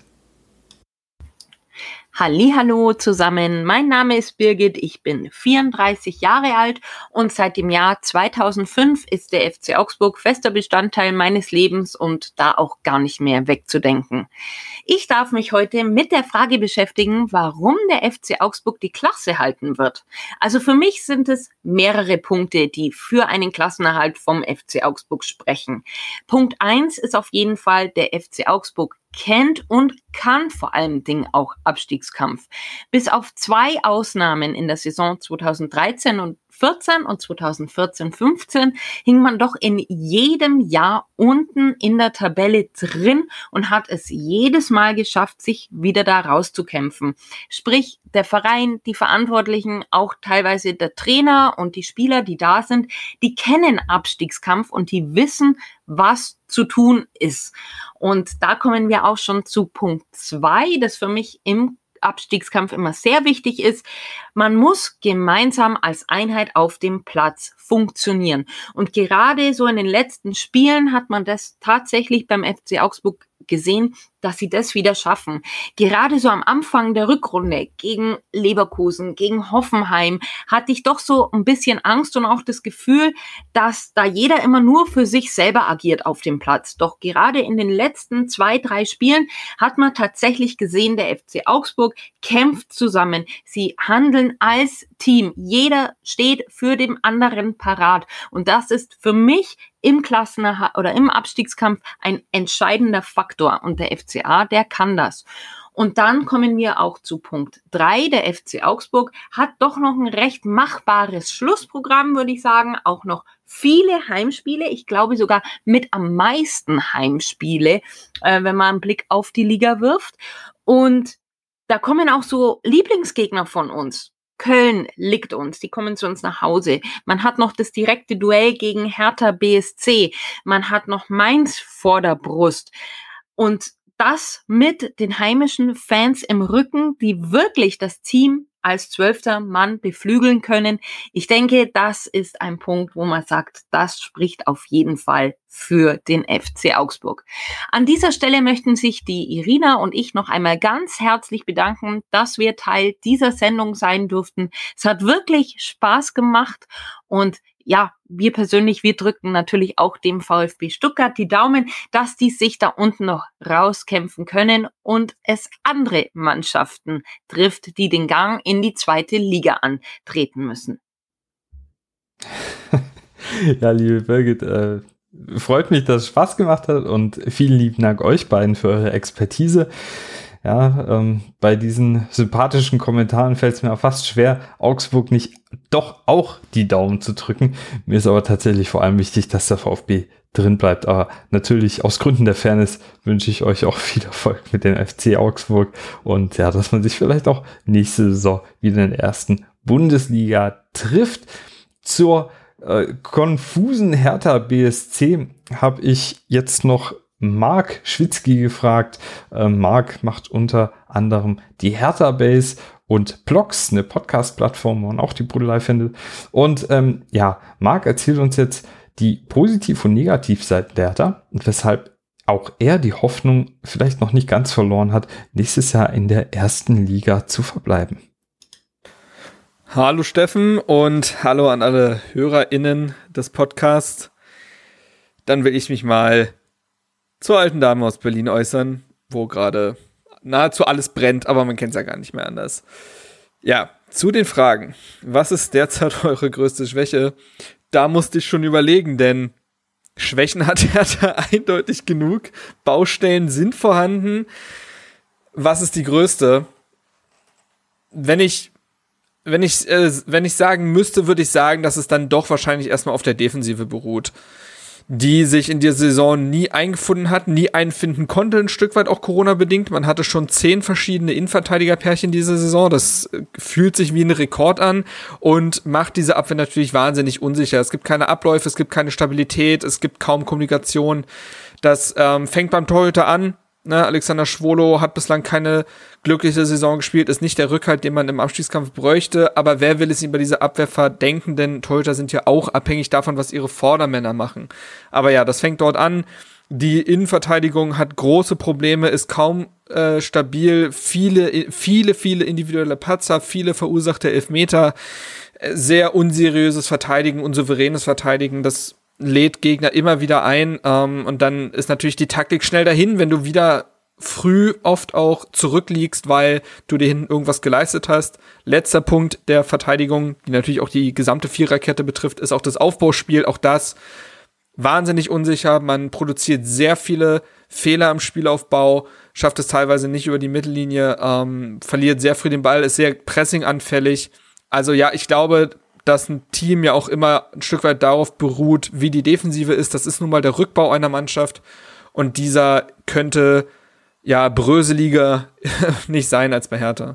Hallihallo zusammen, mein Name ist Birgit, ich bin vierunddreißig Jahre alt und seit dem Jahr zweitausendfünf ist der F C Augsburg fester Bestandteil meines Lebens und da auch gar nicht mehr wegzudenken. Ich darf mich heute mit der Frage beschäftigen, warum der F C Augsburg die Klasse halten wird. Also für mich sind es mehrere Punkte, die für einen Klassenerhalt vom F C Augsburg sprechen. Punkt eins ist auf jeden Fall, der F C Augsburg kennt und kann vor allem Dingen auch Abstiegskampf. Bis auf zwei Ausnahmen in der Saison zweitausenddreizehn und vierzehn und zweitausendvierzehn fünfzehn hing man doch in jedem Jahr unten in der Tabelle drin und hat es jedes Mal geschafft, sich wieder da rauszukämpfen. Sprich, der Verein, die Verantwortlichen, auch teilweise der Trainer und die Spieler, die da sind, die kennen Abstiegskampf und die wissen, was zu tun ist. Und da kommen wir auch schon zu Punkt zwei, das für mich im Abstiegskampf immer sehr wichtig ist. Man muss gemeinsam als Einheit auf dem Platz funktionieren. Und gerade so in den letzten Spielen hat man das tatsächlich beim F C Augsburg gesehen, dass sie das wieder schaffen. Gerade so am Anfang der Rückrunde gegen Leverkusen, gegen Hoffenheim hatte ich doch so ein bisschen Angst und auch das Gefühl, dass da jeder immer nur für sich selber agiert auf dem Platz. Doch gerade in den letzten zwei, drei Spielen hat man tatsächlich gesehen, der F C Augsburg kämpft zusammen. Sie handeln als Team. Jeder steht für den anderen parat. Und das ist für mich im Klassenerhalt oder im Abstiegskampf ein entscheidender Faktor. Und der F C A, der kann das. Und dann kommen wir auch zu Punkt drei. Der F C Augsburg hat doch noch ein recht machbares Schlussprogramm, würde ich sagen. Auch noch viele Heimspiele. Ich glaube sogar mit am meisten Heimspiele, äh, wenn man einen Blick auf die Liga wirft. Und da kommen auch so Lieblingsgegner von uns. Köln liegt uns, die kommen zu uns nach Hause. Man hat noch das direkte Duell gegen Hertha B S C. Man hat noch Mainz vor der Brust. Und das mit den heimischen Fans im Rücken, die wirklich das Team als zwölfter Mann beflügeln können. Ich denke, das ist ein Punkt, wo man sagt, das spricht auf jeden Fall für den F C Augsburg. An dieser Stelle möchten sich die Irina und ich noch einmal ganz herzlich bedanken, dass wir Teil dieser Sendung sein durften. Es hat wirklich Spaß gemacht und ja, wir persönlich, wir drücken natürlich auch dem VfB Stuttgart die Daumen, dass die sich da unten noch rauskämpfen können und es andere Mannschaften trifft, die den Gang in die zweite Liga antreten müssen. Ja, liebe Birgit, äh, freut mich, dass es Spaß gemacht hat und vielen lieben Dank euch beiden für eure Expertise. Ja, ähm, bei diesen sympathischen Kommentaren fällt es mir auch fast schwer, Augsburg nicht doch auch die Daumen zu drücken. Mir ist aber tatsächlich vor allem wichtig, dass der VfB drin bleibt. Aber natürlich aus Gründen der Fairness wünsche ich euch auch viel Erfolg mit dem F C Augsburg und ja, dass man sich vielleicht auch nächste Saison wieder in der ersten Bundesliga trifft. Zur äh, konfusen Hertha B S C habe ich jetzt noch Marc Schwitzky gefragt. Äh, Marc macht unter anderem die Hertha Base und Blogs, eine Podcast-Plattform, wo man auch die Brudelei findet. Und ähm, ja, Marc erzählt uns jetzt die Positiv- und Negativseiten der Hertha und weshalb auch er die Hoffnung vielleicht noch nicht ganz verloren hat, nächstes Jahr in der ersten Liga zu verbleiben. Hallo Steffen und hallo an alle HörerInnen des Podcasts. dann will ich mich mal zur alten Dame aus Berlin äußern, wo gerade nahezu alles brennt, aber man kennt es ja gar nicht mehr anders. Ja, zu den Fragen. Was ist derzeit eure größte Schwäche? Da musste ich schon überlegen, denn Schwächen hat Hertha eindeutig genug. Baustellen sind vorhanden. Was ist die größte? Wenn ich, wenn ich, äh, wenn ich sagen müsste, würde ich sagen, dass es dann doch wahrscheinlich erstmal auf der Defensive beruht, die sich in der Saison nie eingefunden hat, nie einfinden konnte, ein Stück weit auch Corona-bedingt. Man hatte schon zehn verschiedene Innenverteidigerpärchen diese Saison. Das fühlt sich wie ein Rekord an und macht diese Abwehr natürlich wahnsinnig unsicher. Es gibt keine Abläufe, es gibt keine Stabilität, es gibt kaum Kommunikation. Das ähm, fängt beim Torhüter an. Ne, Alexander Schwolo hat bislang keine glückliche Saison gespielt, ist nicht der Rückhalt, den man im Abstiegskampf bräuchte, aber wer will es ihm bei dieser Abwehr verdenken, denn Torhüter sind ja auch abhängig davon, was ihre Vordermänner machen. Aber ja, das fängt dort an. Die Innenverteidigung hat große Probleme, ist kaum äh, stabil, viele, viele, viele individuelle Patzer, viele verursachte Elfmeter, sehr unseriöses Verteidigen, unsouveränes Verteidigen, das lädt Gegner immer wieder ein, ähm, und dann ist natürlich die Taktik schnell dahin, wenn du wieder früh oft auch zurückliegst, weil du dir hinten irgendwas geleistet hast. Letzter Punkt der Verteidigung, die natürlich auch die gesamte Viererkette betrifft, ist auch das Aufbauspiel. Auch das wahnsinnig unsicher. Man produziert sehr viele Fehler im Spielaufbau, schafft es teilweise nicht über die Mittellinie, ähm, verliert sehr früh den Ball, ist sehr pressinganfällig. Also ja, ich glaube, dass ein Team ja auch immer ein Stück weit darauf beruht, wie die Defensive ist. Das ist nun mal der Rückbau einer Mannschaft und dieser könnte ja bröseliger nicht sein als bei Hertha.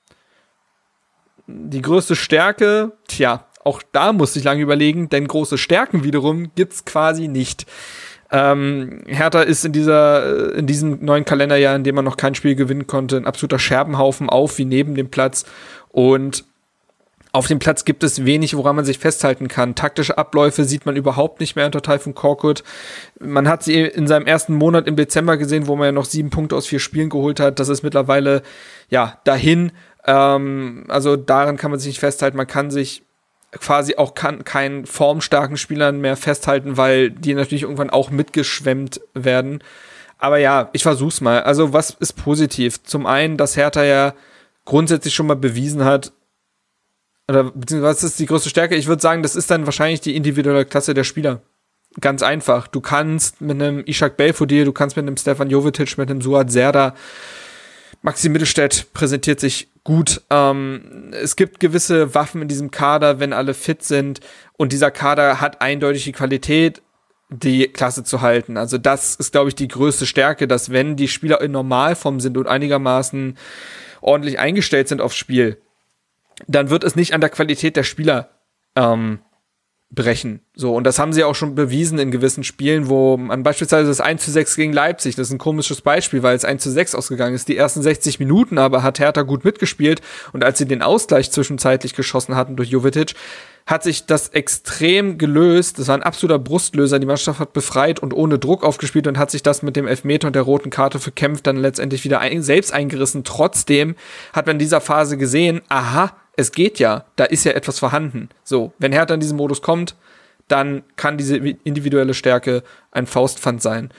Die größte Stärke, tja, auch da musste ich lange überlegen, denn große Stärken wiederum gibt's quasi nicht. Ähm, Hertha ist in dieser, in diesem neuen Kalenderjahr, in dem man noch kein Spiel gewinnen konnte, ein absoluter Scherbenhaufen auf wie neben dem Platz und auf dem Platz gibt es wenig, woran man sich festhalten kann. Taktische Abläufe sieht man überhaupt nicht mehr unter Taifun Korkut. Man hat sie in seinem ersten Monat im Dezember gesehen, wo man ja noch sieben Punkte aus vier Spielen geholt hat. Das ist mittlerweile, ja, dahin. Ähm, also daran kann man sich nicht festhalten. Man kann sich quasi auch kann, keinen formstarken Spielern mehr festhalten, weil die natürlich irgendwann auch mitgeschwemmt werden. Aber ja, ich versuch's mal. Also was ist positiv? Zum einen, dass Hertha ja grundsätzlich schon mal bewiesen hat, oder beziehungsweise was ist die größte Stärke? Ich würde sagen, das ist dann wahrscheinlich die individuelle Klasse der Spieler. Ganz einfach. Du kannst mit einem Ishak Belfodil, du kannst mit einem Stefan Jovetic, mit einem Suat Serdar, Maxi Mittelstädt präsentiert sich gut. Ähm, es gibt gewisse Waffen in diesem Kader, wenn alle fit sind. Und dieser Kader hat eindeutig die Qualität, die Klasse zu halten. Also das ist, glaube ich, die größte Stärke, dass wenn die Spieler in Normalform sind und einigermaßen ordentlich eingestellt sind aufs Spiel, dann wird es nicht an der Qualität der Spieler ähm, brechen. So, und das haben sie auch schon bewiesen in gewissen Spielen, wo man beispielsweise das eins zu sechs gegen Leipzig, das ist ein komisches Beispiel, weil es eins zu sechs ausgegangen ist, die ersten sechzig Minuten, aber hat Hertha gut mitgespielt und als sie den Ausgleich zwischenzeitlich geschossen hatten durch Jovetic, hat sich das extrem gelöst. Das war ein absoluter Brustlöser. Die Mannschaft hat befreit und ohne Druck aufgespielt und hat sich das mit dem Elfmeter und der roten Karte für Kempf dann letztendlich wieder ein, selbst eingerissen. Trotzdem hat man in dieser Phase gesehen, aha, es geht ja, da ist ja etwas vorhanden. So, wenn Hertha in diesen Modus kommt, dann kann diese individuelle Stärke ein Faustpfand sein.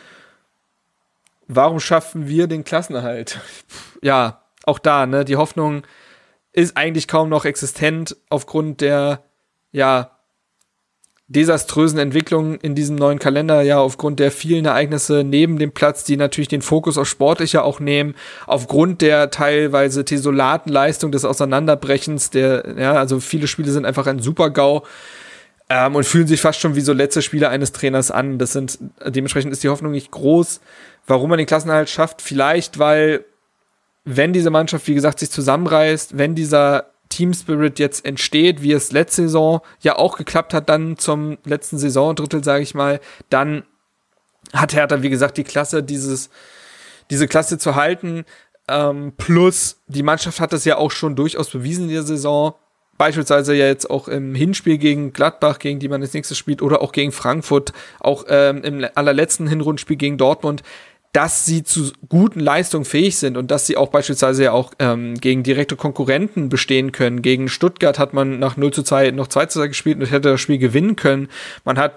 Warum schaffen wir den Klassenerhalt? Ja, auch da, ne, die Hoffnung ist eigentlich kaum noch existent aufgrund der, ja, desaströsen Entwicklungen in diesem neuen Kalenderjahr, aufgrund der vielen Ereignisse neben dem Platz, die natürlich den Fokus auf Sportliche auch nehmen, aufgrund der teilweise desolaten Leistung des Auseinanderbrechens, der, ja, also viele Spiele sind einfach ein Super-GAU ähm, und fühlen sich fast schon wie so letzte Spiele eines Trainers an. Das sind, dementsprechend ist die Hoffnung nicht groß. Warum man den Klassenerhalt schafft? Vielleicht, weil, wenn diese Mannschaft, wie gesagt, sich zusammenreißt, wenn dieser Team Spirit jetzt entsteht, wie es letzte Saison ja auch geklappt hat, dann zum letzten Saisondrittel, sage ich mal, dann hat Hertha, wie gesagt, die Klasse, dieses, diese Klasse zu halten, ähm, plus die Mannschaft hat das ja auch schon durchaus bewiesen in der Saison, beispielsweise ja jetzt auch im Hinspiel gegen Gladbach, gegen die man als nächstes spielt, oder auch gegen Frankfurt, auch ähm, im allerletzten Hinrundenspiel gegen Dortmund, dass sie zu guten Leistungen fähig sind und dass sie auch beispielsweise ja auch ähm, gegen direkte Konkurrenten bestehen können. Gegen Stuttgart hat man nach null zu zwei noch zwei zu zwei gespielt und hätte das Spiel gewinnen können. Man hat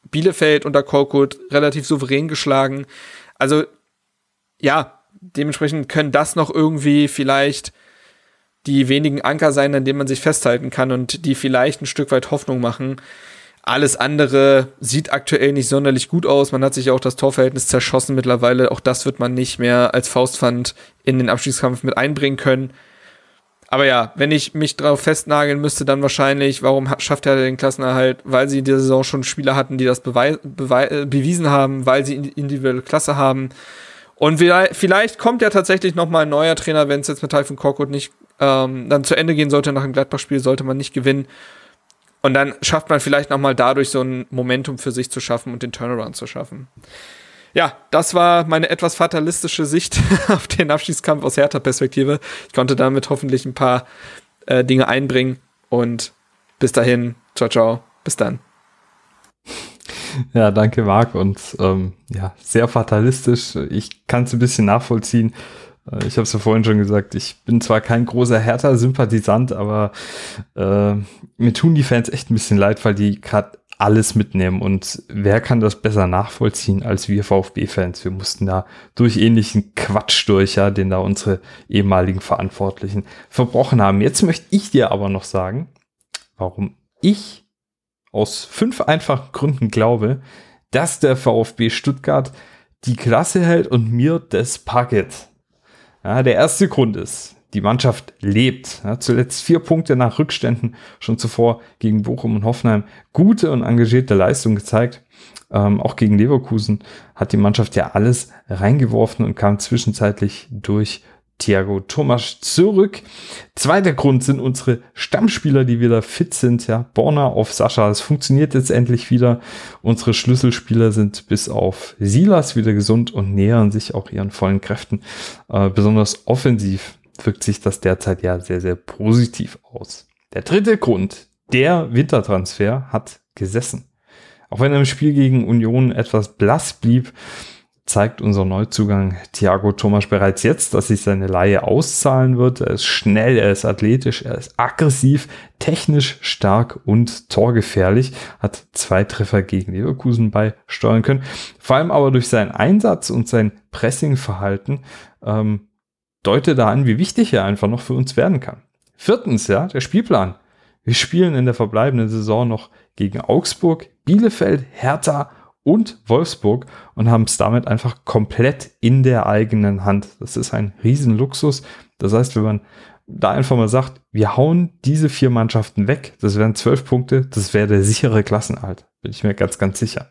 Bielefeld unter Korkut relativ souverän geschlagen. Also ja, dementsprechend können das noch irgendwie vielleicht die wenigen Anker sein, an denen man sich festhalten kann und die vielleicht ein Stück weit Hoffnung machen. Alles andere sieht aktuell nicht sonderlich gut aus. Man hat sich auch das Torverhältnis zerschossen mittlerweile. Auch das wird man nicht mehr als Faustpfand in den Abstiegskampf mit einbringen können. Aber ja, wenn ich mich drauf festnageln müsste, dann wahrscheinlich, warum schafft er den Klassenerhalt? Weil sie in dieser Saison schon Spieler hatten, die das bewei- bewei- bewiesen haben, weil sie individuelle Klasse haben. Und vielleicht kommt ja tatsächlich noch mal ein neuer Trainer, wenn es jetzt mit Tayfun Korkut nicht ähm, dann zu Ende gehen sollte nach dem Gladbach-Spiel, sollte man nicht gewinnen. Und dann schafft man vielleicht noch mal dadurch so ein Momentum für sich zu schaffen und den Turnaround zu schaffen. Ja, das war meine etwas fatalistische Sicht auf den Abstiegskampf aus Hertha-Perspektive. Ich konnte damit hoffentlich ein paar äh, Dinge einbringen. Und bis dahin, ciao, ciao, bis dann. Ja, danke Marc und ähm, ja, sehr fatalistisch. Ich kann es ein bisschen nachvollziehen. Äh, ich habe es ja vorhin schon gesagt, ich bin zwar kein großer Hertha-Sympathisant, aber äh, mir tun die Fans echt ein bisschen leid, weil die gerade alles mitnehmen und wer kann das besser nachvollziehen als wir VfB-Fans? Wir mussten da durch ähnlichen Quatsch durch, ja, den da unsere ehemaligen Verantwortlichen verbrochen haben. Jetzt möchte ich dir aber noch sagen, warum ich aus fünf einfachen Gründen glaube, dass der VfB Stuttgart die Klasse hält und mir das packet. Ja, der erste Grund ist, die Mannschaft lebt. Ja, zuletzt vier Punkte nach Rückständen, schon zuvor gegen Bochum und Hoffenheim gute und engagierte Leistung gezeigt. Ähm, auch gegen Leverkusen hat die Mannschaft ja alles reingeworfen und kam zwischenzeitlich durch Thiago Tomasch zurück. Zweiter Grund sind unsere Stammspieler, die wieder fit sind. Ja, Borna auf Sascha, es funktioniert jetzt endlich wieder. Unsere Schlüsselspieler sind bis auf Silas wieder gesund und nähern sich auch ihren vollen Kräften. Äh, besonders offensiv wirkt sich das derzeit ja sehr, sehr positiv aus. Der dritte Grund, der Wintertransfer hat gesessen. Auch wenn er im Spiel gegen Union etwas blass blieb, zeigt unser Neuzugang Thiago Tomasch bereits jetzt, dass sich seine Leihe auszahlen wird. Er ist schnell, er ist athletisch, er ist aggressiv, technisch stark und torgefährlich, hat zwei Treffer gegen Leverkusen beisteuern können. Vor allem aber durch seinen Einsatz und sein Pressingverhalten ähm, deutet da an, wie wichtig er einfach noch für uns werden kann. Viertens, ja, der Spielplan. Wir spielen in der verbleibenden Saison noch gegen Augsburg, Bielefeld, Hertha und Wolfsburg und haben es damit einfach komplett in der eigenen Hand. Das ist ein Riesenluxus. Das heißt, wenn man da einfach mal sagt, wir hauen diese vier Mannschaften weg, das wären zwölf Punkte, das wäre der sichere Klassenerhalt. Bin ich mir ganz, ganz sicher.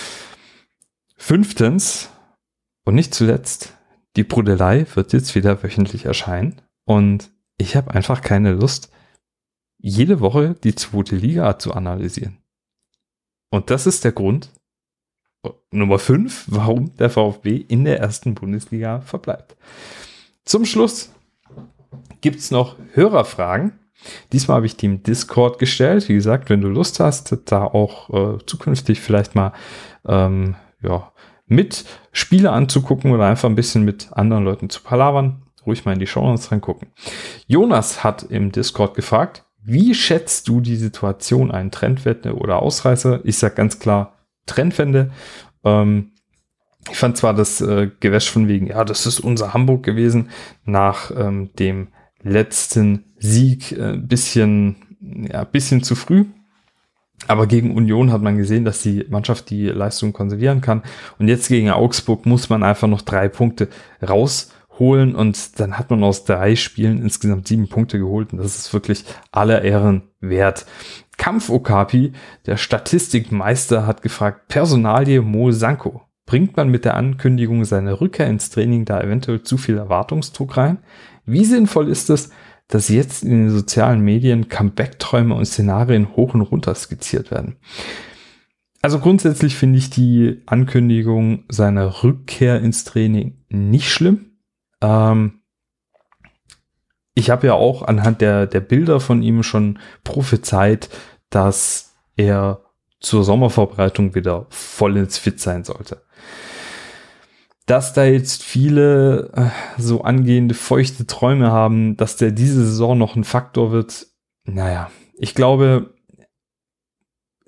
Fünftens und nicht zuletzt, die Brudelei wird jetzt wieder wöchentlich erscheinen und ich habe einfach keine Lust, jede Woche die zweite Liga zu analysieren. Und das ist der Grund, Nummer fünf, warum der VfB in der ersten Bundesliga verbleibt. Zum Schluss gibt es noch Hörerfragen. Diesmal habe ich die im Discord gestellt. Wie gesagt, wenn du Lust hast, da auch äh, zukünftig vielleicht mal ähm, ja, mit Spiele anzugucken oder einfach ein bisschen mit anderen Leuten zu palavern, ruhig mal in die Shownotes reingucken. Jonas hat im Discord gefragt, wie schätzt du die Situation ein? Trendwende oder Ausreißer? Ich sage ganz klar Trendwende. Ähm, ich fand zwar das äh, Gewäsch von wegen, ja, das ist unser Hamburg gewesen, nach ähm, dem letzten Sieg ein äh, bisschen, ja, bisschen zu früh. Aber gegen Union hat man gesehen, dass die Mannschaft die Leistung konservieren kann. Und jetzt gegen Augsburg muss man einfach noch drei Punkte rausholen. Und dann hat man aus drei Spielen insgesamt sieben Punkte geholt. Und das ist wirklich aller Ehren wert. Kampf-Okapi, der Statistikmeister, hat gefragt, Personalie Mo Sanko. Bringt man mit der Ankündigung seiner Rückkehr ins Training da eventuell zu viel Erwartungsdruck rein? Wie sinnvoll ist es, dass jetzt in den sozialen Medien Comeback-Träume und Szenarien hoch und runter skizziert werden? Also grundsätzlich finde ich die Ankündigung seiner Rückkehr ins Training nicht schlimm. Ähm, ich habe ja auch anhand der, der Bilder von ihm schon prophezeit, dass er zur Sommervorbereitung wieder voll ins Fit sein sollte. Dass da jetzt viele äh, so angehende feuchte Träume haben, dass der diese Saison noch ein Faktor wird, naja, ich glaube,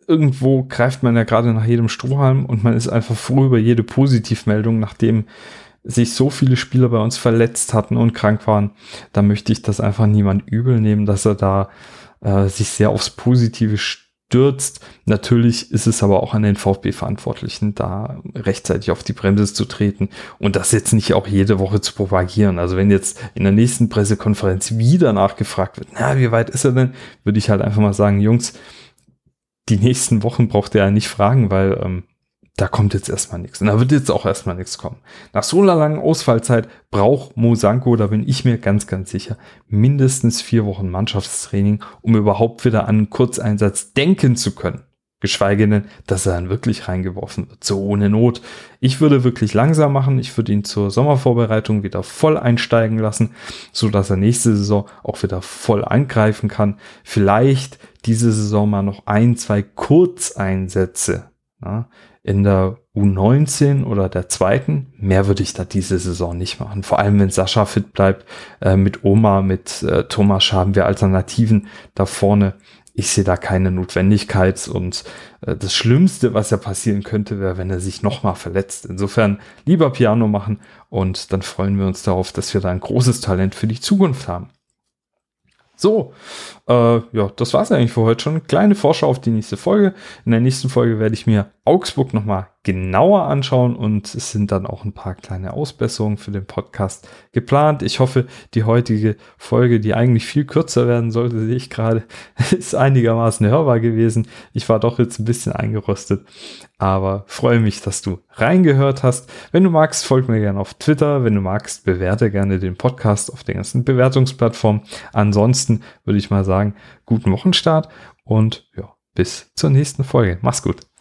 irgendwo greift man ja gerade nach jedem Strohhalm und man ist einfach froh über jede Positivmeldung, nachdem sich so viele Spieler bei uns verletzt hatten und krank waren. Da möchte ich das einfach niemand übel nehmen, dass er da äh, sich sehr aufs Positive stürzt. Natürlich ist es aber auch an den VfB-Verantwortlichen, da rechtzeitig auf die Bremse zu treten und das jetzt nicht auch jede Woche zu propagieren. Also wenn jetzt in der nächsten Pressekonferenz wieder nachgefragt wird, na, wie weit ist er denn, würde ich halt einfach mal sagen, Jungs, die nächsten Wochen braucht ihr ja nicht fragen, weil ähm, da kommt jetzt erstmal nichts. Und da wird jetzt auch erstmal nichts kommen. Nach so einer langen Ausfallzeit braucht Mo Sanko, da bin ich mir ganz, ganz sicher, mindestens vier Wochen Mannschaftstraining, um überhaupt wieder an einen Kurzeinsatz denken zu können. Geschweige denn, dass er dann wirklich reingeworfen wird. So ohne Not. Ich würde wirklich langsam machen. Ich würde ihn zur Sommervorbereitung wieder voll einsteigen lassen, so dass er nächste Saison auch wieder voll angreifen kann. Vielleicht diese Saison mal noch ein, zwei Kurzeinsätze, ja, in der U neunzehn oder der zweiten. Mehr würde ich da diese Saison nicht machen. Vor allem, wenn Sascha fit bleibt. Äh, mit Oma, mit äh, Thomas haben wir Alternativen da vorne. Ich sehe da keine Notwendigkeit. Und äh, das Schlimmste, was ja passieren könnte, wäre, wenn er sich nochmal verletzt. Insofern lieber Piano machen. Und dann freuen wir uns darauf, dass wir da ein großes Talent für die Zukunft haben. So, äh, ja, das war's eigentlich für heute schon. Kleine Vorschau auf die nächste Folge. In der nächsten Folge werde ich mir Augsburg nochmal genauer anschauen und es sind dann auch ein paar kleine Ausbesserungen für den Podcast geplant. Ich hoffe, die heutige Folge, die eigentlich viel kürzer werden sollte, sehe ich gerade, ist einigermaßen hörbar gewesen. Ich war doch jetzt ein bisschen eingerostet, aber freue mich, dass du reingehört hast. Wenn du magst, folg mir gerne auf Twitter. Wenn du magst, bewerte gerne den Podcast auf den ganzen Bewertungsplattformen. Ansonsten würde ich mal sagen, guten Wochenstart und ja, bis zur nächsten Folge. Mach's gut.